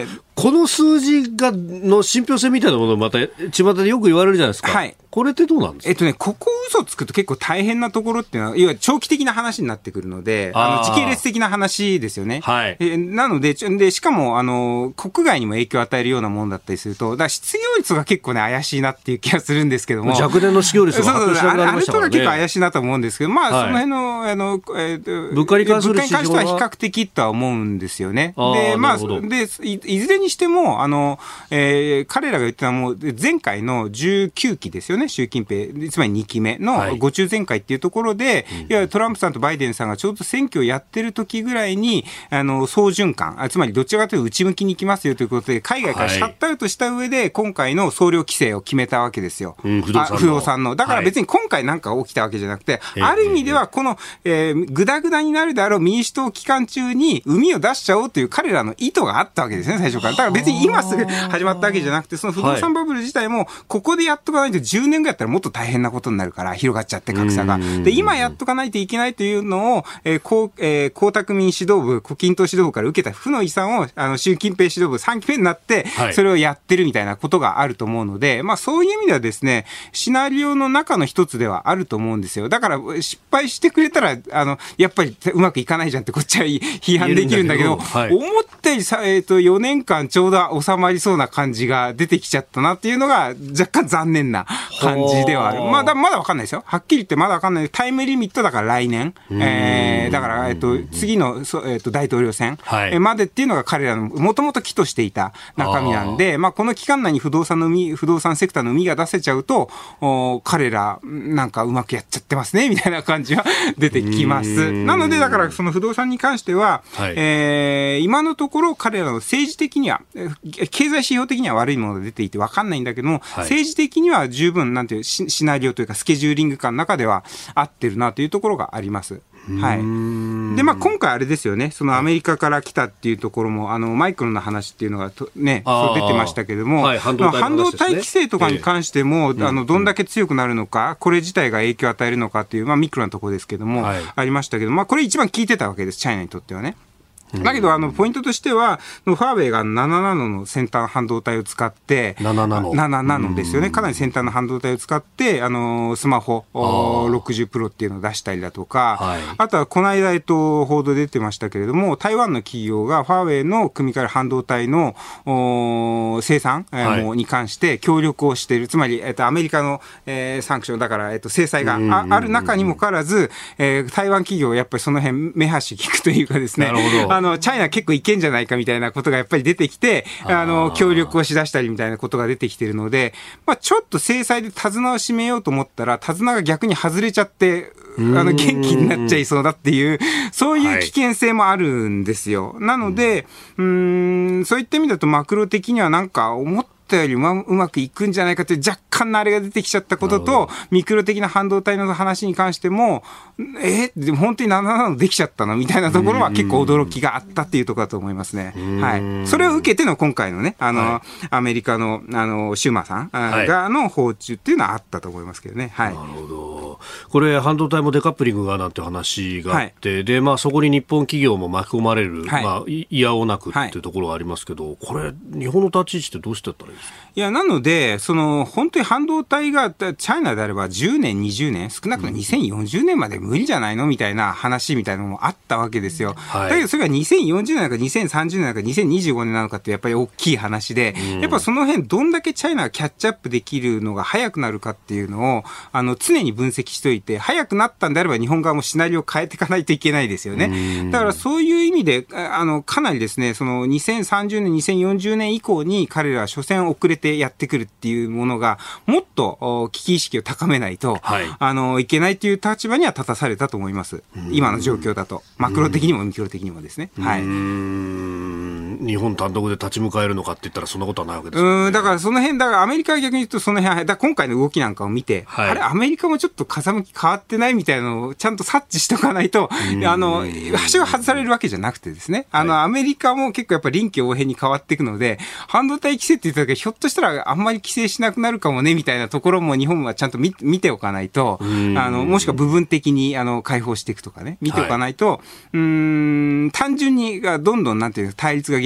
この数字がの信憑性みたいなものをまた巷でよく言われるじゃないですか。はい、これってどうなんですか。 えっとね、ここ嘘つくと結構大変なところっていうのは、いわゆる長期的な話になってくるので、あの時系列的な話ですよね。はい、えなので、でしかもあの国外にも影響を与えるようなものだったりすると、だから失業率が結構ね怪しいなっていう気がするんですけども、 若年の失業率が発表しなくなりましたからね。 あれとが結構怪しいなと思うんですけど、まあ、はい、その辺のあの、えー、 物価に関する指標は物価に関しては比較的とは思うんですよね。で、まあ、で い, いずれにしてもあの、えー、彼らが言ってたのはもう前回のじゅうきゅうきですよね、習近平、つまりにきめのご中全会っていうところで、はい、いわゆるトランプさんとバイデンさんがちょうど選挙をやってる時ぐらいにあの総循環、つまりどちらかというと内向きに行きますよということで海外からシャットアウトした上で今回の総量規制を決めたわけですよ、うん、不動産の、不動産のだから別に今回なんか起きたわけじゃなくて、はい、ある意味ではこの、えー、グダグダになるであろう民主党期間中に海を出しちゃおうという彼らの意図があったわけですね、最初から。だから別に今すぐ始まったわけじゃなくて、その不動産バブル自体もここでやっとかないとじゅうねんぐらいやったらもっと大変なことになるから広がっちゃって格差が。で、今やっとかないといけないというのを、えーこうえー、江沢民指導部、胡錦涛指導部から受けた負の遺産をあの習近平指導部さんきめになって、はい、それをやってるみたいなことがあると思うので、まあそういう意味ではですね、シナリオの中の一つではあると思うんですよ。だから失敗してくれたら、あの、やっぱりうまくいかないじゃんってこっちは批判できるんだけど、はい、思ったよりさ、えっと、よねんかんちょうど収まりそうな感じが出てきちゃったなっていうのが若干残念な感じではある。まだ、まだわかんないですよ。はっきり言ってまだわかんない。タイムリミットだから来年。えー、だから、えっと、次の、そえっと、大統領選、はい、までっていうのが彼らのもともと企図していた中身なんで、まあ、この期間内に不動産の海、不動産セクターの海が出せちゃうと、彼らなんかうまくやっちゃってますね、みたいな感じは出てきます。なので、だからその不動産に関しては、はい、えー、今のところ彼らの政治的には、経済指標的には悪いものが出ていて分かんないんだけども、はい、政治的には十分なんていうシ、シナリオというかスケジューリング感の中では合ってるなというところがあります。はい。で、まあ、今回あれですよね、そのアメリカから来たっていうところも、あの、マイクロンの話っていうのがとね、そう出てましたけれども、はい、半導体、半導体規制とかに関しても、えー、あの、どんだけ強くなるのか、これ自体が影響を与えるのかっていう、まあ、ミクロなところですけども、はい、ありましたけど、まあ、これ一番効いてたわけです、チャイナにとってはね。だけど、あの、ポイントとしては、ファーウェイがななナノの先端半導体を使って、 ななナノ。 ななナノですよね。かなり先端の半導体を使って、あの、スマホろくじゅうプロっていうのを出したりだとか、はい、あとはこの間、えっと、報道出てましたけれども、台湾の企業がファーウェイの組み換える半導体の生産、はい、に関して協力をしている。つまり、えっと、アメリカの、えー、サンクション、だから、えっと、制裁が あ, ある中にもかかわらず、えー、台湾企業はやっぱりその辺、目端聞くというかですね、なるほど。あのチャイナ結構いけんじゃないかみたいなことがやっぱり出てきて、あの協力をしだしたりみたいなことが出てきているので、まあ、ちょっと制裁で手綱を締めようと思ったら手綱が逆に外れちゃってあの元気になっちゃいそうだっていうそういう危険性もあるんですよ。はい、なのでうーんそういった意味だとマクロ的にはなんか思ってよりう ま, うまくいくんじゃないかという若干のあれが出てきちゃったことと、ミクロ的な半導体の話に関してもえでも本当にななナノできちゃったのみたいなところは結構驚きがあったっていうところだと思いますね。はい、それを受けての今回のねあの、はい、アメリカのあのシューマーさんがの訪中っていうのはあったと思いますけどね。はい、なるほど。 これ半導体もデカップリングがなんて話があって、はい、でまあ、そこに日本企業も巻き込まれる、はいまあ、いやおなくっていうところがありますけど、はい、これ日本の立ち位置ってどうしてったらいいですか。 いやなのでその本当に半導体がチャイナであればじゅうねんにじゅうねん少なくともにせんよんじゅうねんまで無理じゃないのみたいな話みたいなのもあったわけですよ。はい、だけどそれがにせんよんじゅうねんなのかにせんさんじゅうねんなのかにせんにじゅうごねんなのかってやっぱり大きい話で、うん、やっぱその辺どんだけチャイナがキャッチアップできるのが早くなるかっていうのをあの常に分析しておいて、早くなったんであれば日本側もシナリオを変えていかないといけないですよね。うん、だからそういう意味であのかなりですねそのにせんさんじゅうねんにせんよんじゅうねん以降に彼らは所詮遅れてやってくるっていうものがもっと危機意識を高めないと、はい、あのいけないという立場には立たされたと思います。今の状況だとマクロ的にもミクロ的にもですね。はい、うーん日本単独で立ち向かえるのかって言ったらそんなことはないわけですよね。 うんだからその辺だからアメリカは逆に言うとその辺だ今回の動きなんかを見て、はい、あれアメリカもちょっと風向き変わってないみたいなのをちゃんと察知しておかないとあの橋が外されるわけじゃなくてですね、あの、はい、アメリカも結構やっぱり臨機応変に変わっていくので半導体規制って言った時ひょっとしたらあんまり規制しなくなるかもねみたいなところも日本はちゃんと 見, 見ておかないとあのもしくは部分的にあの解放していくとかね見ておかないと、はい、うーん単純にがどんどんなんていう対立が激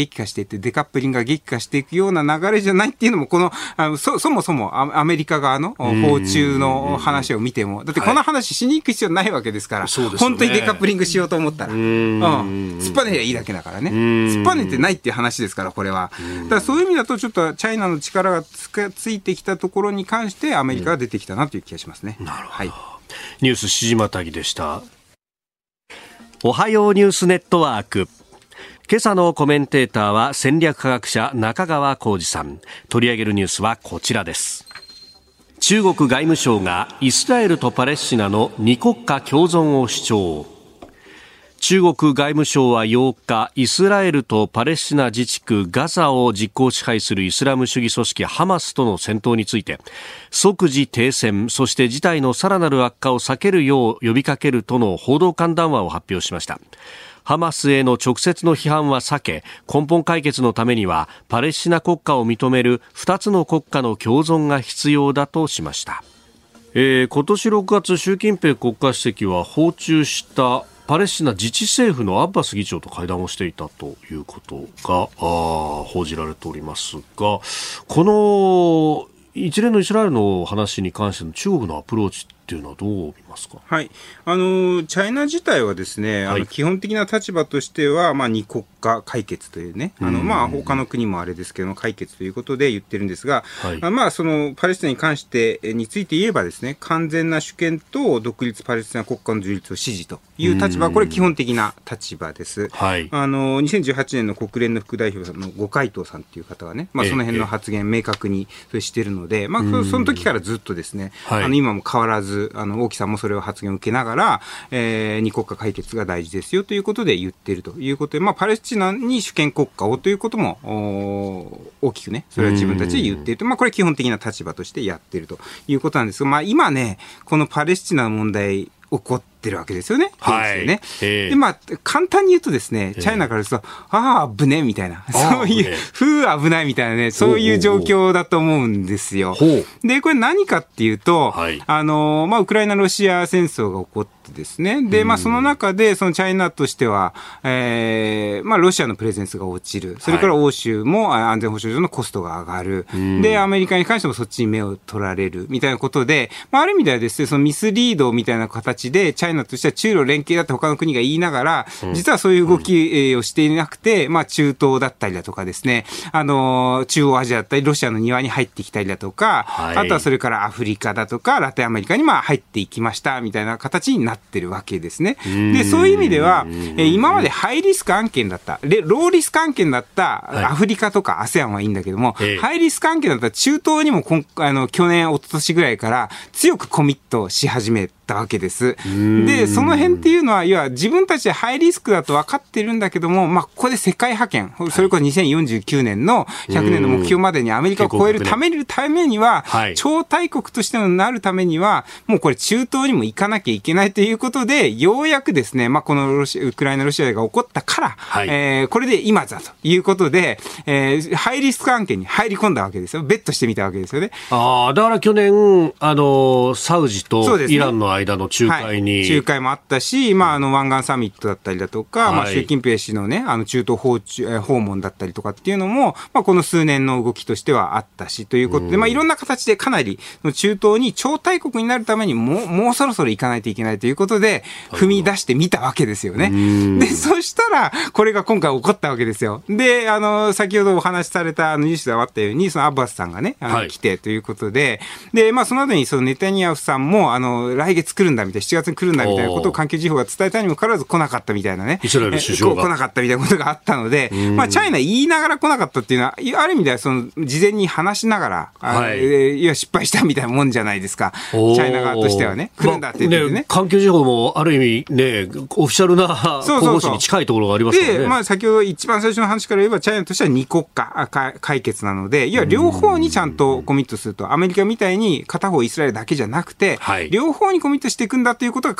激化していって、デカップリングが激化していくような流れじゃないっていうのも、この、あの そ, そもそもアメリカ側の訪中の話を見ても、だってこの話しに行く必要ないわけですから、はい、本当にデカップリングしようと思ったら、うん、突っぱねりゃいいだけだからね、突っぱねてないっていう話ですから、これは。だからそういう意味だと、ちょっとチャイナの力が つ, かついてきたところに関して、アメリカが出てきたなという気がしますね。 なるほど、 はい、 ニュースしじまたぎでした。おはようニュースネットワーク。今朝のコメンテーターは戦略科学者中川浩二さん。取り上げるニュースはこちらです。中国外務省がイスラエルとパレスチナの二国家共存を主張。中国外務省はようか、イスラエルとパレスチナ自治区ガザを実効支配するイスラム主義組織ハマスとの戦闘について、即時停戦、そして事態のさらなる悪化を避けるよう呼びかけるとの報道官談話を発表しました。ハマスへの直接の批判は避け、根本解決のためにはパレスチナ国家を認めるふたつの国家の共存が必要だとしました。えー、今年ろくがつ、習近平国家主席は訪中したパレスチナ自治政府のアッバス議長と会談をしていたということがあ報じられておりますが、この一連のイスラエルの話に関しての中国のアプローチっていうのはどう見ますか。 はい、あのチャイナ自体はですね、はい、あの基本的な立場としては、まあ、二国家解決というね、あの、まあ、他の国もあれですけど解決ということで言ってるんですが、はい、あまあ、そのパレスチナに関してについて言えばですね、完全な主権と独立パレスチナ国家の樹立を支持という立場、これ基本的な立場です。はい、あのにせんじゅうはちねんの国連の副代表の呉海東さんという方はね、まあ、その辺の発言明確にしているので、まあ、その時からずっとですね、はい、あの今も変わらずあの王毅さんもそれを発言を受けながら、えー、二国家解決が大事ですよということで言っているということで、まあ、パレスチナに主権国家をということも大きくね、それは自分たちで言っていると、まあ、これ基本的な立場としてやっているということなんですが、まあ、今ね、このパレスチナの問題起こってるわけですよね。はい。ね、で、まあ、簡単に言うとですね、チャイナからすると、ああ、危ねえみたいな、そういう、ふう危ないみたいなね、そういう状況だと思うんですよ。ほうほう。で、これ何かっていうと、はい、あの、まあ、ウクライナ・ロシア戦争が起こってですね、で、まあ、その中で、そのチャイナとしては、えー、まあ、ロシアのプレゼンスが落ちる。それから欧州も安全保障上のコストが上がる。はい、で、アメリカに関してもそっちに目を取られるみたいなことで、まあ、ある意味ではですね、そのミスリードみたいな形で、チャイナとしては中ロ連携だって他の国が言いながら、実はそういう動きをしていなくて、まあ、中東だったりだとかですね、あの、中央アジアだったり、ロシアの庭に入ってきたりだとか、はい、あとはそれからアフリカだとか、ラテンアメリカにまあ入っていきましたみたいな形になってるわけですね。で、そういう意味では、え今までハイリスク案件だった、ローリスク案件だったアフリカとか アセアン はいいんだけども、はい、ハイリスク案件だった中東にもこんあの去年、一昨年ぐらいから強くコミットし始めたわけです。で、その辺っていうのは、いや、自分たちでハイリスクだと分かってるんだけども、まあ、ここで世界覇権、それこそにせんよんじゅうきゅうねんのひゃくねんの目標までにアメリカを超えるために、ためには、はい、超大国としてなるためには、もうこれ中東にも行かなきゃいけないということで、ようやくですね、まあ、このロシウクライナ、ロシアが起こったから、はい、えー、これで今だということで、えー、ハイリスク案件に入り込んだわけですよ。ベットしてみたわけですよね。 ああ、だから去年、あの、サウジとイランの間の仲介に、 はい、仲介もあったし、まあ、あの湾岸サミットだったりだとか、はい、まあ、習近平氏のね、あの中東訪, 訪問だったりとかっていうのも、まあ、この数年の動きとしてはあったしということで、うん、まあ、いろんな形でかなり中東に超大国になるためにもう、もうそろそろ行かないといけないということで踏み出してみたわけですよね。で、そしたらこれが今回起こったわけですよ。で、あの先ほどお話しされたあのニュースであったように、そのアッバスさんがね、あの、はい、来てということで、で、まあ、その後にそのネタニヤフさんもあの来月来るんだみたいな、しちがつに来るんだみたいなことを環球時報が伝えたにもかかわらず来なかったみたいなね、 イスラエル首相が来なかったみたいなことがあったので、まあ、チャイナ言いながら来なかったっていうのは、ある意味ではその事前に話しながら、はい、いや失敗したみたいなもんじゃないですか、チャイナ側としてはね、来るんだって言ってね。まあ、ね、環球時報もある意味ね、オフィシャルな候補地に近いところがありますからね。 で、まあ、先ほど一番最初の話から言えば、チャイナとしては二国家解決なので、いや両方にちゃんとコミットすると、アメリカみたいに片方イスラエルだけじゃなくて、はい、両方にコミットしていくんだということが彼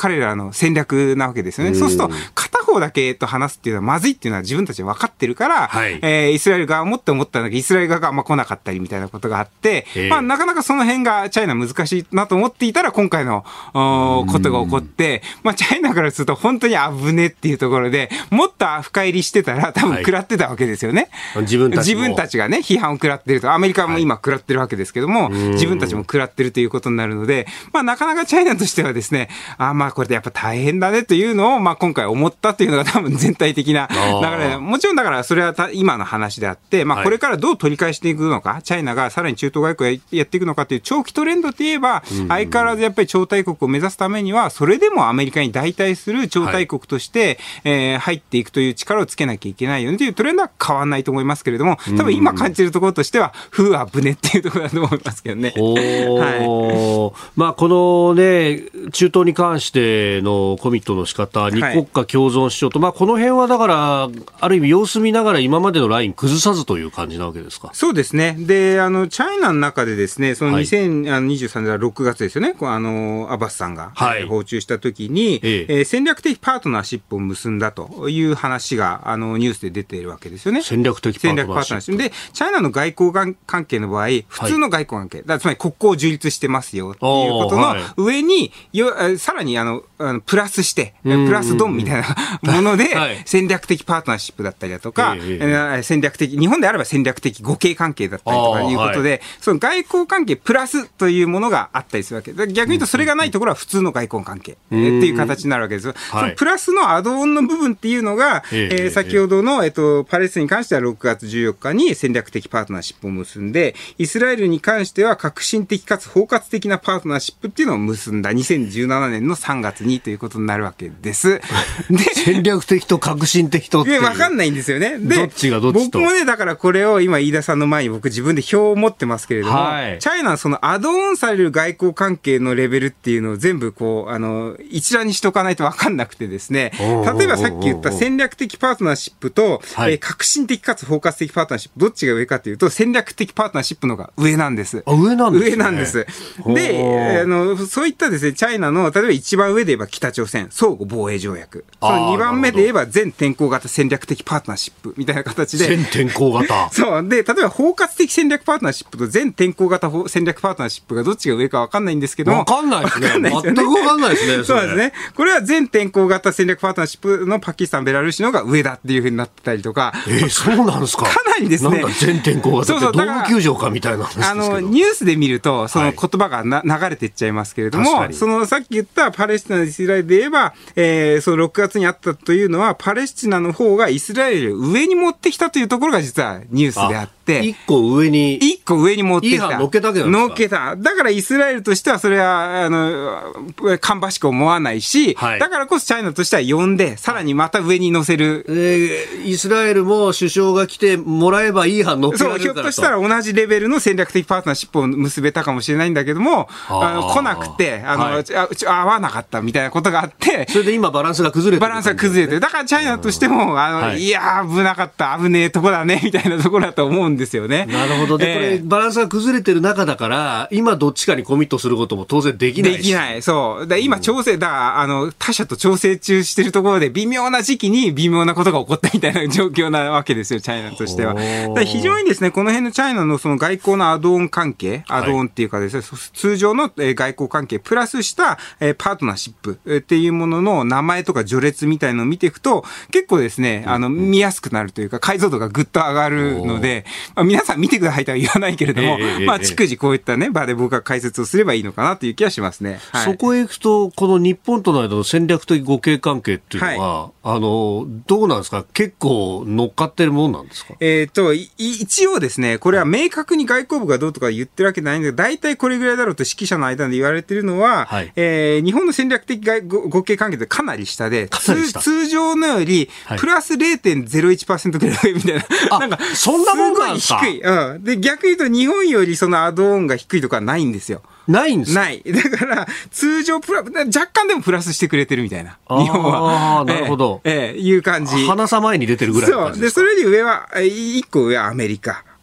彼らの戦略なわけですよね。そうすると、片方だけと話すっていうのはまずいっていうのは自分たちは分かってるから、はい、えー、イスラエル側もって思ったんだけど、イスラエル側があんま来なかったりみたいなことがあって、まあ、なかなかその辺がチャイナ難しいなと思っていたら、今回のことが起こって、まあ、チャイナからすると本当に危ねっていうところで、もっと深入りしてたら多分食らってたわけですよね。 はい、自分たちも自分たちがね、批判を食らってると、アメリカも今食らってるわけですけども、はい、自分たちも食らってるということになるので、まあ、なかなかチャイナとしてはですね、あまあこれでやっぱ大変だねというのを、まあ、今回思ったというのが多分全体的な流れで、もちろんだからそれは今の話であって、まあ、これからどう取り返していくのか、はい、チャイナがさらに中東外交をやっていくのかという長期トレンドといえば、相変わらずやっぱり超大国を目指すためには、それでもアメリカに代替する超大国として、はい、えー、入っていくという力をつけなきゃいけないよねというトレンドは変わらないと思いますけれども、多分今感じるところとしては、ふうはぶねっていうところだと思いますけどね。 はい、まあ、このね、中東に関してのコミットの仕方、二国家共存主張と、はい、まあ、この辺はだから、ある意味様子見ながら今までのライン崩さずという感じなわけですか。 そうですね。で、あの、チャイナの中でですね、そのにせんにじゅうさんねんのろくがつですよね、あの、アバスさんが、はい、訪中したときに、えええー、戦略的パートナーシップを結んだという話が、あの、ニュースで出ているわけですよね。 戦略的パートナーシップ。 で、チャイナの外交関係の場合、普通の外交関係、はい、だつまり国交を樹立してますよということの上に、はい、さらにあの、あのプラスして、プラスドンみたいなもので、戦略的パートナーシップだったりだとか、はい、戦略的、日本であれば戦略的互恵関係だったりとかいうことで、はい、その外交関係プラスというものがあったりするわけで、逆に言うとそれがないところは普通の外交関係っていう形になるわけですよ。そのプラスのアドオンの部分っていうのが、えー、先ほどの、えっと、パレスチナに関してはろくがつじゅうよっかに戦略的パートナーシップを結んで、イスラエルに関しては革新的かつ包括的なパートナーシップっていうのを結んだにせんじゅうななねんのさんがつにということになるわけです。 で戦略的と革新的とっていう。 いや、わかんないんですよね。で、 どっちがどっちと。 僕もね、だからこれを今飯田さんの前に僕自分で表を持ってますけれども、はい、チャイナはそのアドオンされる外交関係のレベルっていうのを全部こう、あの、一覧にしとかないとわかんなくてですね、例えばさっき言った戦略的パートナーシップと、はい、えー、革新的かつ包括的パートナーシップ、どっちが上かというと、戦略的パートナーシップの方が上なんです。 あ、上なんですね。 上なんです。で、あの、そういったですね、チャイナの、例えば一番上で言えば北朝鮮、相互防衛条約。そのにばんめで言えば全天候型戦略的パートナーシップみたいな形で。 全天候型。 そう。で、例えば包括的戦略パートナーシップと全天候型戦略パートナーシップがどっちが上か分かんないんですけども。 分かんないですね。全く分かんないですね。 そうですね。これは全天候型戦略パートナーシップのパキスタン、ベラルーシの方が上だっていうふうになってたりとか。 えー、そうなんですか。 かなりですね。 なんだ全天候型ってドーム球場かみたいな話ですけど。 あの、ニュースで見ると、その言葉がな、はい、流れていっちゃいますけれども、そのさっき言ったパレスチナ、イスラエルで言えば、えー、そのろくがつにあったというのは、パレスチナの方がイスラエルより上に持ってきたというところが実はニュースであって、 一個上に、 一個上に持ってきた。 いい乗っけたわけなんですか。 乗っけた。だからイスラエルとしてはそれは、あの、芳しく思わないし、はい、だからこそチャイナとしては呼んで、さらにまた上に乗せる。 えー、イスラエルも首相が来てもらえばいい班乗っけられるからと。 そう、ひょっとしたら同じレベルの戦略的パートナーシップを結べたかもしれないんだけども、あの来なくて、あの、はい、あ合わなかったみたいなことがあって、 それで今バランスが崩れてる、 バランスが崩れてる。だからチャイナとしても、あの、はい、いやー、危なかった、危ねえとこだね、みたいなところだと思うんですよね。 なるほど。で、えー、これ、バランスが崩れてる中だから、今どっちかにコミットすることも当然できないし。 できない。そう。だ今、調整、だあの、他社と調整中してるところで、微妙な時期に微妙なことが起こったみたいな状況なわけですよ、チャイナとしては。だ非常にですね、この辺のチャイナのその外交のアドオン関係、アドオンっていうかですね、はい、通常の外交関係、プラスしたパートナーシップっていうものの名前とか序列みたいなのを見ていくと、結構ですね、あの、見やすくなるというか、解像度がぐっと上がるので、まあ、皆さん見てくださいとは言わないけれども、えー、まあ、逐次こういったね、場で僕が解説をすればいいのかなという気はしますね。 はい、そこへ行くと、この日本との間の戦略的互恵関係っていうのは、はい、あの、どうなんですか？結構乗っかってるもんなんですか？ えっと、一応ですね、これは明確に外交部がどうとか言ってるわけじゃないんだけど、大体これぐらいだろうと指揮者の間で言われてるのは、はい、えー、日本の戦略的互恵関係ってかなり下で、 かなり下通常のより、プラス れいてんぜろいちパーセント ぐらい上みたいな。なんか、 そんなもんなんですか？ すごい低い。うん。で、逆に言うと日本よりそのアドオンが低いとかないんですよ。 ないんですか？ ない。だから、通常プラ、若干でもプラスしてくれてるみたいな。日本は。 ああ、なるほど。 ええ、ええ、いう感じ。 鼻さ前に出てるぐらいの感じですか？ そう。で、それより上は、一個上はアメリカ。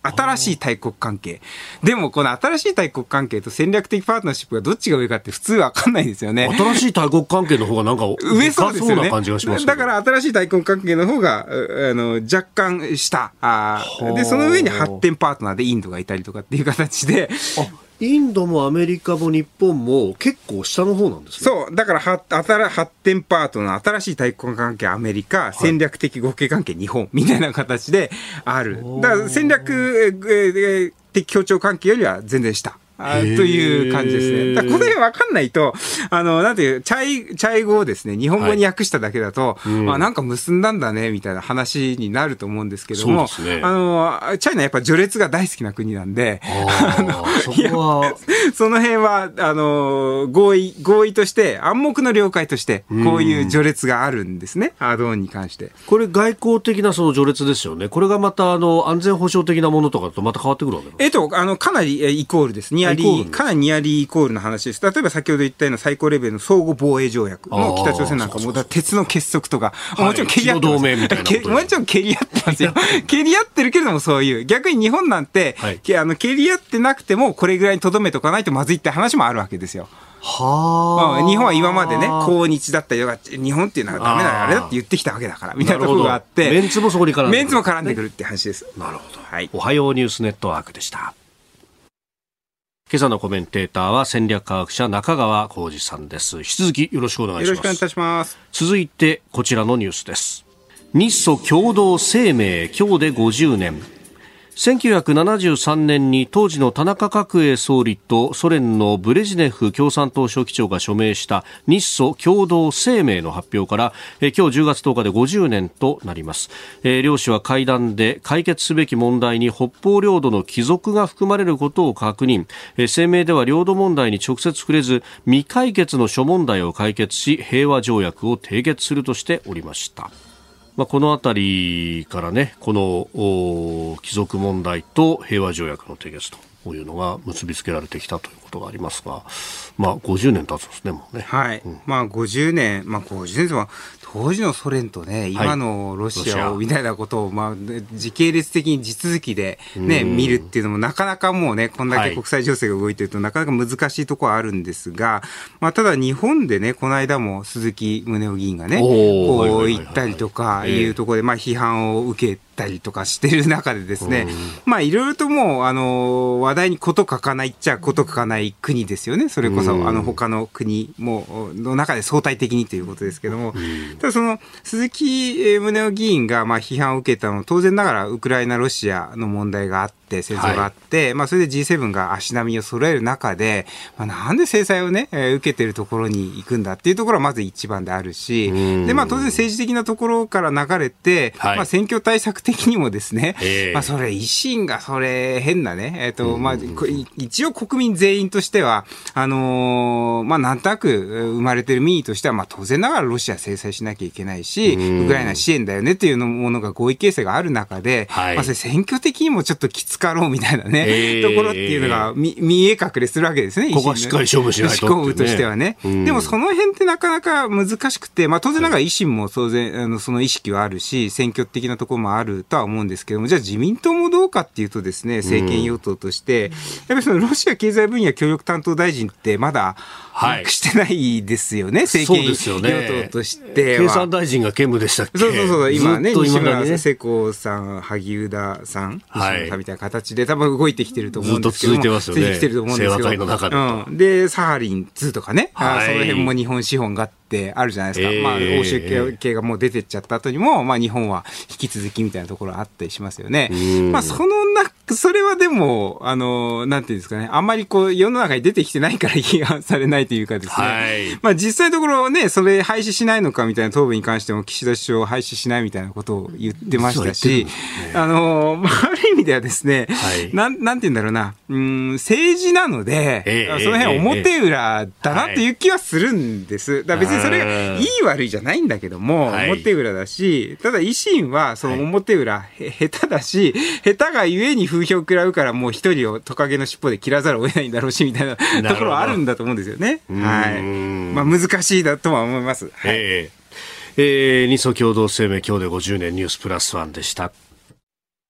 新しい大国関係。でもこの新しい大国関係と戦略的パートナーシップがどっちが上かって普通わかんないですよね。 新しい大国関係の方がなんか上そうですよね。 な感じがしますけど。 だから新しい大国関係の方があの若干下あでその上に発展パートナーでインドがいたりとかっていう形で。 あインドもアメリカも日本も結構下の方なんですね。 そうだから発展パートナー新しい大国関係アメリカ、はい、戦略的互恵関係日本みたいな形である。だから戦略的協調関係よりは全然下あという感じですね。だからこの辺分かんないと、あの、なんていう、チャイ、チャイ語をですね、日本語に訳しただけだと、はいうん、あ、なんか結んだんだね、みたいな話になると思うんですけども、そうですね、あの、チャイナやっぱ序列が大好きな国なんで、あのそこはその辺は、あの、合意、合意として、暗黙の了解として、こういう序列があるんですね、アードオンに関して。 これ外交的なその序列ですよね。これがまた、あの、安全保障的なものとかとまた変わってくるわけですか。 えっと、あの、かなりイコールです。ニアリー、かなりニアリーイコールの話です。例えば先ほど言ったような最高レベルの相互防衛条約の北朝鮮なんかも鉄の結束とか、もちろん蹴り合ってます。もちろん蹴り合ってますよ。蹴り合ってるけれどもそういう。逆に日本なんて、はい、あの蹴り合ってなくてもこれぐらいに留めとかないとまずいって話もあるわけですよ。はあ、日本は今までね、抗日だったりとか、日本っていうのはダメだ、あれだって言ってきたわけだから、みたいなところがあって、 メンツもそこに絡んでくる。 メンツも絡んでくるって話です。 なるほど。はい。おはようニュースネットワークでした。今朝のコメンテーターは戦略科学者中川浩二さんです。引き続きよろしくお願いします。 よろしくお願いいたします。 続いてこちらのニュースです。日ソ共同声明今日でごじゅうねん。せんきゅうひゃくななじゅうさんねんに当時の田中角栄総理とソ連のブレジネフ共産党書記長が署名した日ソ共同声明の発表からえ今日じゅうがつとおかでごじゅうねんとなります。え両氏は会談で解決すべき問題に北方領土の帰属が含まれることを確認。え声明では領土問題に直接触れず未解決の諸問題を解決し平和条約を締結するとしておりました。まあ、このあたりからね、この帰属問題と平和条約の締結というのが結びつけられてきたということがありますが、まあ、ごじゅうねん経つんですね、もうね。 はい。うん、まあ、ごじゅうねん、まあ、ごじゅうねんですが、当時のソ連とね、今のロシアをみたいなことを、まあ、時系列的に地続きでね、見るっていうのもなかなかもうね、こんだけ国際情勢が動いてるとなかなか難しいところはあるんですが、まあ、ただ日本でね、この間も鈴木宗男議員がね、こう言ったりとかいうところで、まあ、批判を受けたりとかしてる中でですね、まあいろいろともうあの話題にこと書かないっちゃこと書かない国ですよね。それこそあの他の国もの中で相対的にということですけども、ただその鈴木宗男議員がまあ批判を受けたのは当然ながらウクライナロシアの問題があって。戦争があって、はい、まあそれで ジーセブン が足並みを揃える中で、まあ、なんで制裁をね、えー、受けてるところに行くんだっていうところはまず一番であるし、でまあ当然政治的なところから流れて、はい、まあ選挙対策的にもですね、まあそれ維新がそれ変なね、えっとまあ一応国民全員としてはあのー、まあなんとなく生まれてる民意としてはまあ当然ながらロシア制裁しなきゃいけないし、ウクライナ支援だよねっていうものが合意形成がある中で、はい、まあそれ選挙的にもちょっときつかろうみたいなね、えー、ところっていうのが見、見え隠れするわけですね。 ここはしっかり勝負しないとって、ね。 思考としてはね、うん。でもその辺ってなかなか難しくて、まあ当然ながら維新も当然、あのその意識はあるし、選挙的なところもあるとは思うんですけども、じゃあ自民党もどうかっていうとですね、政権与党として、うん、やっぱりそのロシア経済分野協力担当大臣ってまだ、はい、してないですよね、政権与党としては。 経産大臣が兼務でしたっけ。 そうそうそう、今ね、西村世耕さん、萩生田さん、西村さんみたいな形で多分動いてきてると思うんですけども、 ずっと続いてますよね。 続いてきてると思うんですけど、清和会の中で、うん、で、サハリンツーとかね、はい、その辺も日本資本があってあるじゃないですか。えー、まあ、欧州系、系がもう出てっちゃった後にも、まあ、日本は引き続きみたいなところがあったりしますよね。まあ、そのな、それはでも、あの、なんていうんですかね、あんまりこう、世の中に出てきてないから批判されないというかですね、はい、まあ、実際のところね、それ廃止しないのかみたいな答弁に関しても、岸田首相廃止しないみたいなことを言ってましたし、ね、あの、まあ、ある意味ではですね、はい、なん、なんていうんだろうな、うん、政治なので、えー、その辺表裏だなっていう気はするんです。だから別にそれがいい悪いじゃないんだけども、はい、表裏だし、ただ維新はその表裏、はい、へ下手だし、下手がゆえに風評を食らうからもう一人をトカゲの尻尾で切らざるを得ないんだろうしみたいなところはあるんだと思うんですよね。はい。まあ難しいだとは思います。はい。えー、 えー、日ソ共同声明今日でごじゅうねんニュースプラスワンでした。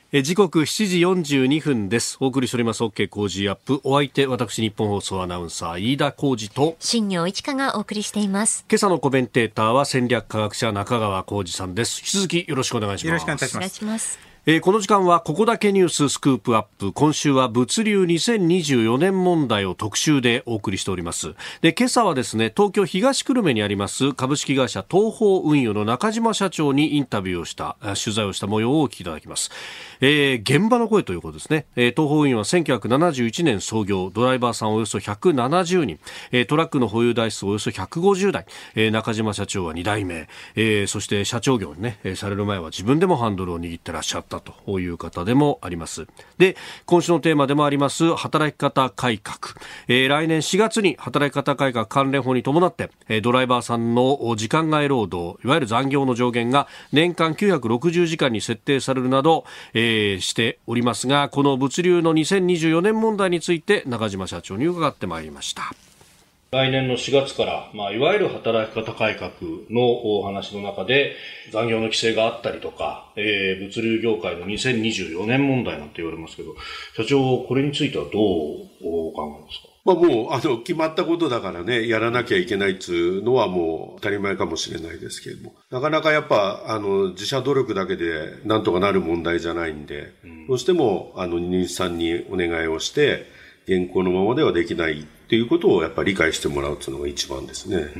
え時刻しちじよんじゅうにふんです。お送りしております OK 工事アップ。お相手私日本放送アナウンサー飯田浩司と新業一華がお送りしています。 今朝のコメンテーターは戦略科学者中川浩司さんです。引き続きよろしくお願いします。 よろしくお願いいたします。 お願いします。 えー、この時間はここだけニューススクープアップ。今週は物流にせんにじゅうよねん問題を特集でお送りしております。で、今朝はですね、東京東久留米にあります株式会社東方運輸の中島社長にインタビューをした取材をした模様をお聞きいただきます。えー、現場の声ということですね。えー、東方運輸はせんきゅうひゃくななじゅういちねん創業、ドライバーさんおよそひゃくななじゅうにん、えー、トラックの保有台数およそひゃくごじゅうだい、えー、中島社長はにだいめ、えー、そして社長業にね、えー、される前は自分でもハンドルを握ってらっしゃったという方でもあります。で、今週のテーマでもあります働き方改革、えー、来年しがつに働き方改革関連法に伴って、えー、ドライバーさんの時間外労働、いわゆる残業の上限が年間きゅうひゃくろくじゅうじかんに設定されるなど、えーしておりますが、この物流のにせんにじゅうよねん問題について中島社長に伺ってまいりました。来年のしがつから、まあ、いわゆる働き方改革のお話の中で残業の規制があったりとか、えー、物流業界のにせんにじゅうよねん問題なんて言われますけど、社長これについてはどうお考えですか？ まあ、もうあの決まったことだからね、やらなきゃいけないっていうのはもう当たり前かもしれないですけれども、なかなかやっぱあの自社努力だけでなんとかなる問題じゃないんで、うん、どうしてもあの荷主さんにお願いをして現行のままではできないっていうことをやっぱり理解してもらうっていうのが一番ですね。 うん、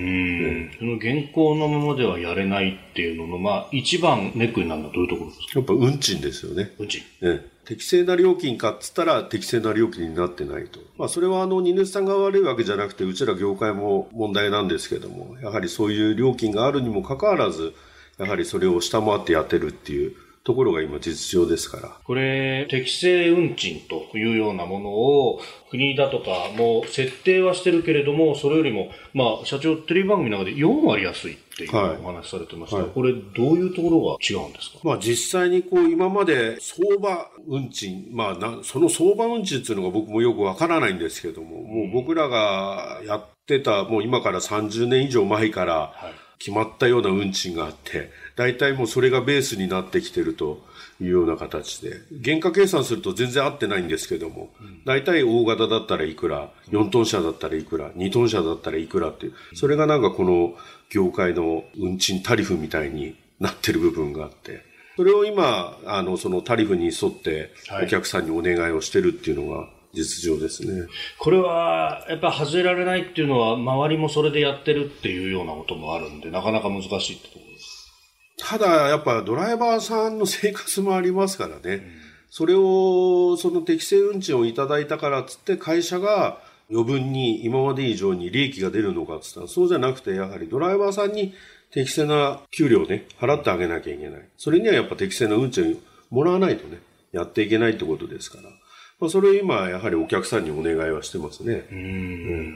その現行のままではやれないっていうのの、まあ、一番ネックになるのはどういうところですか？ やっぱ運賃ですよね。 運賃。 ね、適正な料金かっつったら適正な料金になってないと。まあそれはあの荷主さんが悪いわけじゃなくて、うちら業界も問題なんですけども、やはりそういう料金があるにもかかわらず、やはりそれを下回ってやってるっていうところが今実情ですから。 これ適正運賃というようなものを国だとかも設定はしてるけれども、それよりもまあ社長テレビ番組の中でよんわり安いっていうお話されてました、はいはい、これどういうところが違うんですか？ まあ実際にこう今まで相場運賃、まあなその相場運賃っていうのが僕もよくわからないんですけども、もう僕らがやってたもう今からさんじゅうねん以上前から決まったような運賃があって、大体もうそれがベースになってきてるというような形で、原価計算すると全然合ってないんですけども、大体大型だったらいくら、よんトン車だったらいくら、にトン車だったらいくらっていう、それがなんかこの業界の運賃タリフみたいになってる部分があって、それを今あのそのタリフに沿ってお客さんにお願いをしてるっていうのが実情ですね。 これはやっぱ外れられないっていうのは周りもそれでやってるっていうようなこともあるんで、なかなか難しいってところです。 ただやっぱドライバーさんの生活もありますからね、うん、それをその適正運賃をいただいたからっつって会社が余分に今まで以上に利益が出るのかっつったらそうじゃなくて、やはりドライバーさんに適正な給料をね払ってあげなきゃいけない。それにはやっぱ適正な運賃をもらわないとねやっていけないってことですから、まあ、それを今やはりお客さんにお願いはしてますね。 うーん、うん、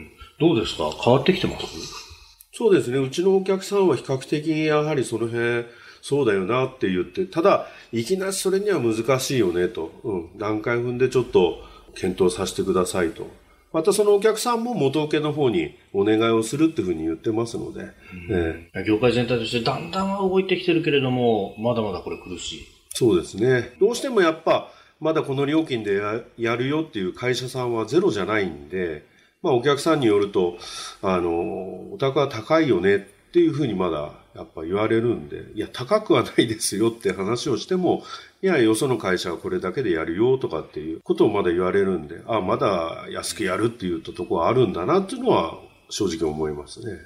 どうですか？変わってきてます？ そうですね。うちのお客さんは比較的やはりその辺そうだよなって言って、ただいきなりそれには難しいよねと、うん、段階踏んでちょっと検討させてくださいと。またそのお客さんも元請けの方にお願いをするっていうふうに言ってますので、 うんえ業界全体としてだんだんは動いてきてるけれども、まだまだこれ苦しい。 そうですね。どうしてもやっぱまだこの料金で や, やるよっていう会社さんはゼロじゃないんで、まあお客さんによると、あの、お宅は高いよねっていうふうにまだやっぱ言われるんで、いや高くはないですよって話をしても、いやよその会社はこれだけでやるよとかっていうことをまだ言われるんで、あまだ安くやるっていうとこはあるんだなっていうのは正直思いますね。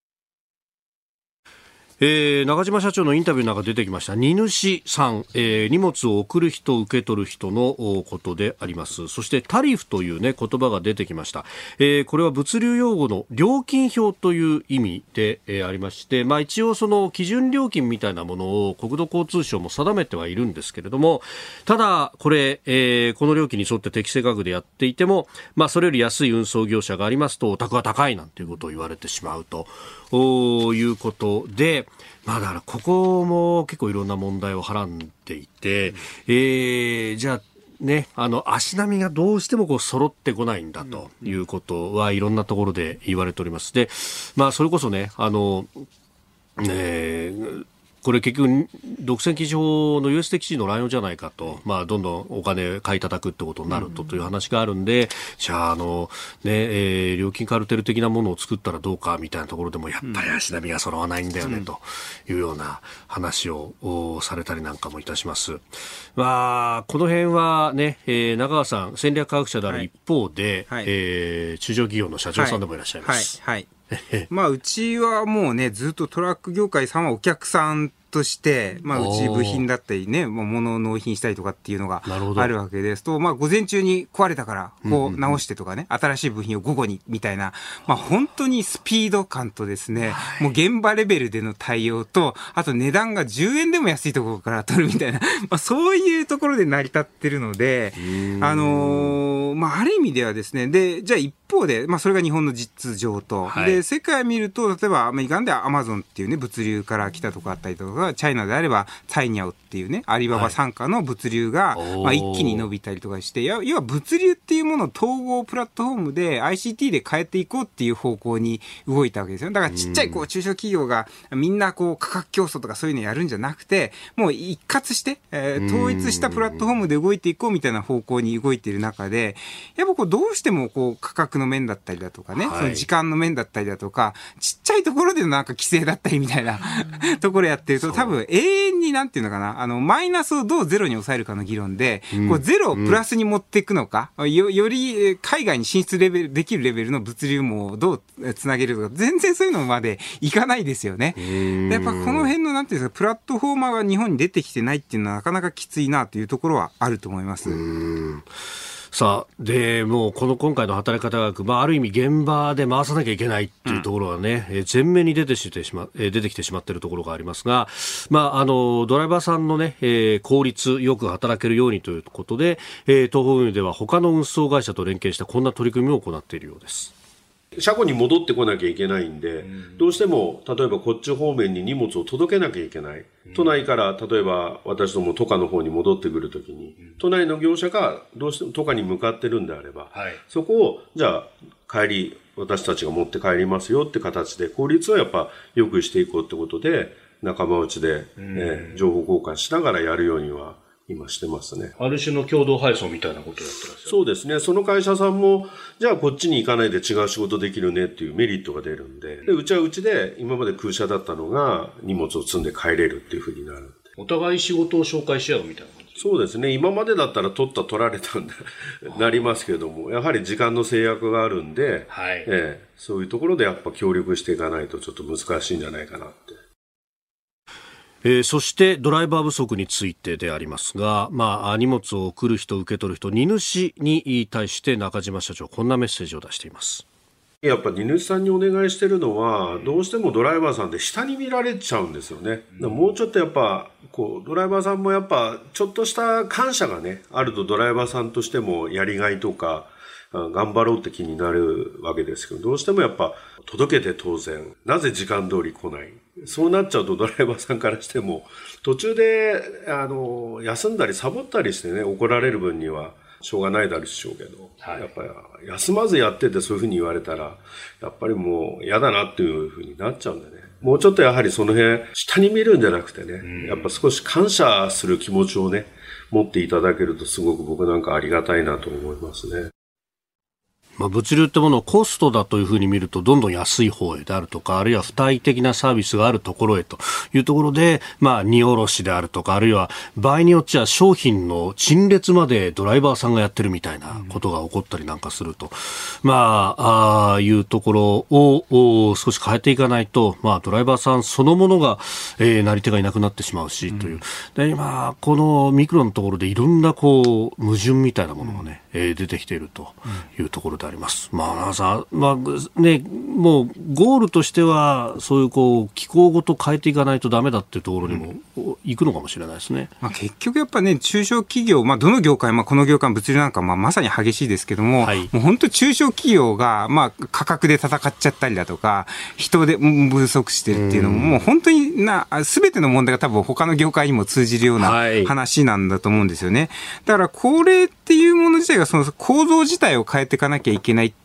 えー、中島社長のインタビューの中で出てきました荷主さん、えー、荷物を送る人受け取る人のことであります。そしてタリフという、ね、言葉が出てきました、えー、これは物流用語の料金表という意味で、えー、ありまして、まあ、一応その基準料金みたいなものを国土交通省も定めてはいるんですけれども、ただこれ、えー、この料金に沿って適正価格でやっていても、まあ、それより安い運送業者がありますとお宅は高いなんていうことを言われてしまうということで、まあだからここも結構いろんな問題をはらんでいて、えー、じゃあね、あの足並みがどうしてもこう揃ってこないんだということはいろんなところで言われております。で、まあそれこそね、あの、ね、 これ結局独占禁止法の ユーエス 的地位の乱用じゃないかと、まあ、どんどんお金買い叩くってことになるとという話があるんで、じゃあ、あの、ね、えー、料金カルテル的なものを作ったらどうかみたいなところでもやっぱり足並みが揃わないんだよね、というような話をされたりなんかもいたします。まあ、この辺はね、えー、中川さん戦略科学者である一方で、はいはい、えー、中小企業の社長さんでもいらっしゃいます。 はいはいはいまあ、うちはもうね、ずっとトラック業界さんはお客さんとして、まあ、うち部品だったりね、もう物を納品したりとかっていうのがあるわけですと、まあ、午前中に壊れたから、こう直してとかね、うんうんうん、新しい部品を午後にみたいな、まあ、本当にスピード感とですね、はい、もう現場レベルでの対応と、あと値段がじゅうえんでも安いところから取るみたいな、まあ、そういうところで成り立ってるので、あのー、まあ、ある意味ではですね、で、じゃあ一方で、まあ、それが日本の実情と、はい、で、世界見ると、例えばアメリカではアマゾンっていうね、物流から来たとこあったりとか、チャイナであればタイニャオっていうね、アリババ傘下の物流が、はい、まあ、一気に伸びたりとかして、要は物流っていうものを統合プラットフォームで アイシーティー で変えていこうっていう方向に動いたわけですよ。だからちっちゃいこう中小企業がみんなこう価格競争とかそういうのやるんじゃなくて、もう一括して、えー、統一したプラットフォームで動いていこうみたいな方向に動いている中で、やっぱこうどうしてもこう価格の面だったりだとかね、はい、その時間の面だったりだとか、ちっちゃいところでのなんか規制だったりみたいなところやってると、多分永遠になんていうのかな、あのマイナスをどうゼロに抑えるかの議論で、うん、こうゼロをプラスに持っていくのか、うん、よ, より海外に進出レベルできるレベルの物流網をどうつなげるとか、全然そういうのまでいかないですよね。やっぱこの辺のなんていうんですか、プラットフォーマーが日本に出てきてないっていうのはなかなかきついなというところはあると思います。 うん、さあ、で、もうこの今回の働き方学、まあ、ある意味現場で回さなきゃいけないっていうところはね、うん、え前面に出てしてしま、出てきてしまっているところがありますが、まあ、あの、ドライバーさんのね、えー、効率よく働けるようにということで、えー、東方運輸では他の運送会社と連携したこんな取り組みを行っているようです。 車庫に戻ってこなきゃいけないんで、うん、どうしても例えばこっち方面に荷物を届けなきゃいけない、うん、都内から例えば私ども都下の方に戻ってくるときに、うん、都内の業者がどうしても都下に向かってるんであれば、はい、そこをじゃあ帰り私たちが持って帰りますよって形で効率をやっぱ良くしていこうってことで仲間内で、うんね、情報交換しながらやるようには今してますね。 ある種の共同配送みたいなことをやってますよ。 そうですね。その会社さんも、じゃあこっちに行かないで違う仕事できるねっていうメリットが出るんで、でうちはうちで今まで空車だったのが荷物を積んで帰れるっていう風になるんで。 お互い仕事を紹介し合うみたいな感じ。 そうですね。今までだったら取った取られたんでなりますけども、やはり時間の制約があるんで、はい、ええ、そういうところでやっぱ協力していかないとちょっと難しいんじゃないかなって。 えー、そしてドライバー不足についてでありますが、まあ、荷物を送る人受け取る人荷主に対して中島社長こんなメッセージを出しています。 やっぱ荷主さんにお願いしてるのはどうしてもドライバーさんで下に見られちゃうんですよね。もうちょっとやっぱこうドライバーさんもやっぱちょっとした感謝がねあるとドライバーさんとしてもやりがいとか頑張ろうって気になるわけですけど、どうしてもやっぱ届けて当然なぜ時間通り来ない、そうなっちゃうとドライバーさんからしても途中であの休んだりサボったりしてね怒られる分にはしょうがないだでしょうけど、はい、やっぱり休まずやっててそういうふうに言われたらやっぱりもう嫌だなっていうふうになっちゃうんでね、もうちょっとやはりその辺下に見るんじゃなくてね、うん、やっぱ少し感謝する気持ちをね持っていただけるとすごく僕なんかありがたいなと思いますね。 まあ、物流ってものをコストだというふうに見るとどんどん安い方へであるとか、あるいは付帯的なサービスがあるところへというところで、まあ、荷下ろしであるとか、あるいは場合によっては商品の陳列までドライバーさんがやってるみたいなことが起こったりなんかすると、まあ、ああいうところを少し変えていかないと、まあ、ドライバーさんそのものが、えー、なり手がいなくなってしまうし、という。で、今、このミクロのところでいろんなこう、矛盾みたいなものがね、えー、出てきているというところであります。まあ、奈良さん、まあね、もうゴールとしてはそういうこう気候ごと変えていかないとダメだっていうところにも行くのかもしれないですね。 まあ、結局やっぱね中小企業、まあ、どの業界、まあ、この業界物流なんかまあまさに激しいですけども、はい、もう本当中小企業がまあ価格で戦っちゃったりだとか人で不足してるっていうのも、もう本当にな全ての問題が多分他の業界にも通じるような話なんだと思うんですよね。だからこれっていうもの自体がその構造自体を変えていかなきゃいけないっ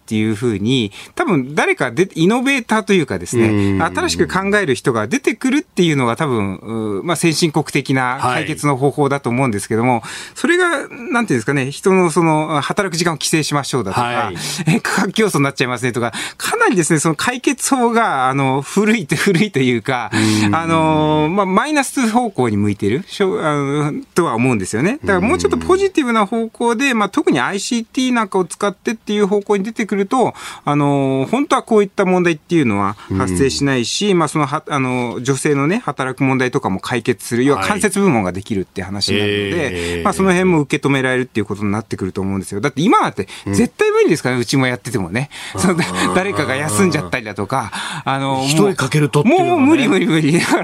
っていうふうに、多分誰かでイノベーターというかですね、新しく考える人が出てくるっていうのが多分、まあ、先進国的な解決の方法だと思うんですけども、はい、それが、なんていうんですかね、人のその、働く時間を規制しましょうだとか、はい、え価格競争になっちゃいますねとか、かなりですね、その解決法が、あの、古いと、古いというか、あの、まあ、マイナス方向に向いてる、しょあのとは思うんですよね。だからもうちょっとポジティブな方向で、まあ、特に アイシーティー なんかを使ってっていう方向に出てくると、あの、本当はこういった問題っていうのは発生しないし、まあ、その、あの、女性のね、働く問題とかも解決する、要は間接部門ができるって話になるので、はい、まあ、その辺も受け止められるっていうことになってくると思うんですよ。だって今だって絶対無理ですからね、うちもやっててもね。その誰かが休んじゃったりだとか、あの、 一人かけるとっていうのはね、 もう無理無理無理。だから、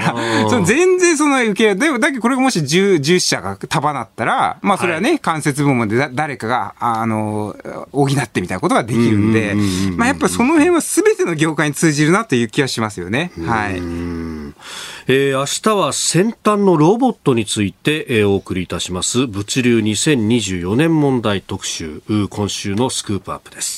その全然その受け、でもだけどこれがもし 10, じゅっ社が束なったら、まあそれはね、はい、間接部門でだ誰かが、あの、補ってみたいなことができるんで、まあやっぱりその辺は全ての業界に通じるなという気がしますよね。はい。 えー、明日は先端のロボットについて、えー、お送りいたします物流にせんにじゅうよねん問題特集、今週のスクープアップです。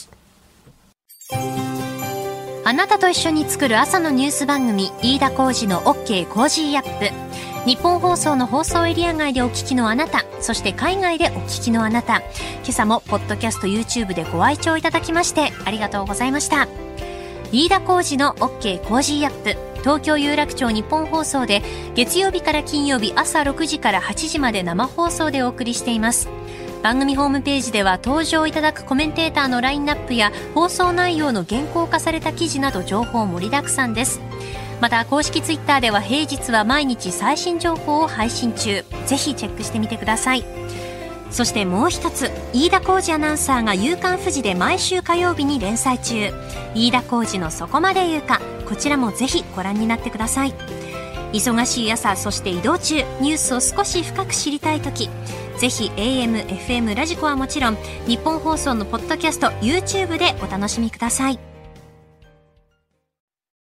あなたと一緒に作る朝のニュース番組、飯田浩司の OK コージーアップ。日本放送の放送エリア外でお聞きのあなた、そして海外でお聞きのあなた、今朝もポッドキャスト YouTube でご愛聴いただきましてありがとうございました。飯田浩司の OK コージーアップ、東京有楽町日本放送で月曜日から金曜日朝ろくじからはちじまで生放送でお送りしています。番組ホームページでは登場いただくコメンテーターのラインナップや放送内容の原稿化された記事など情報盛りだくさんです。また公式ツイッターでは平日は毎日最新情報を配信中、ぜひチェックしてみてください。そしてもう一つ、飯田浩司アナウンサーが夕刊フジで毎週火曜日に連載中、飯田浩司のそこまで言うか、こちらもぜひご覧になってください。忙しい朝、そして移動中、ニュースを少し深く知りたいとき、ぜひ エーエム、エフエム ラジコはもちろん日本放送のポッドキャスト YouTube でお楽しみください。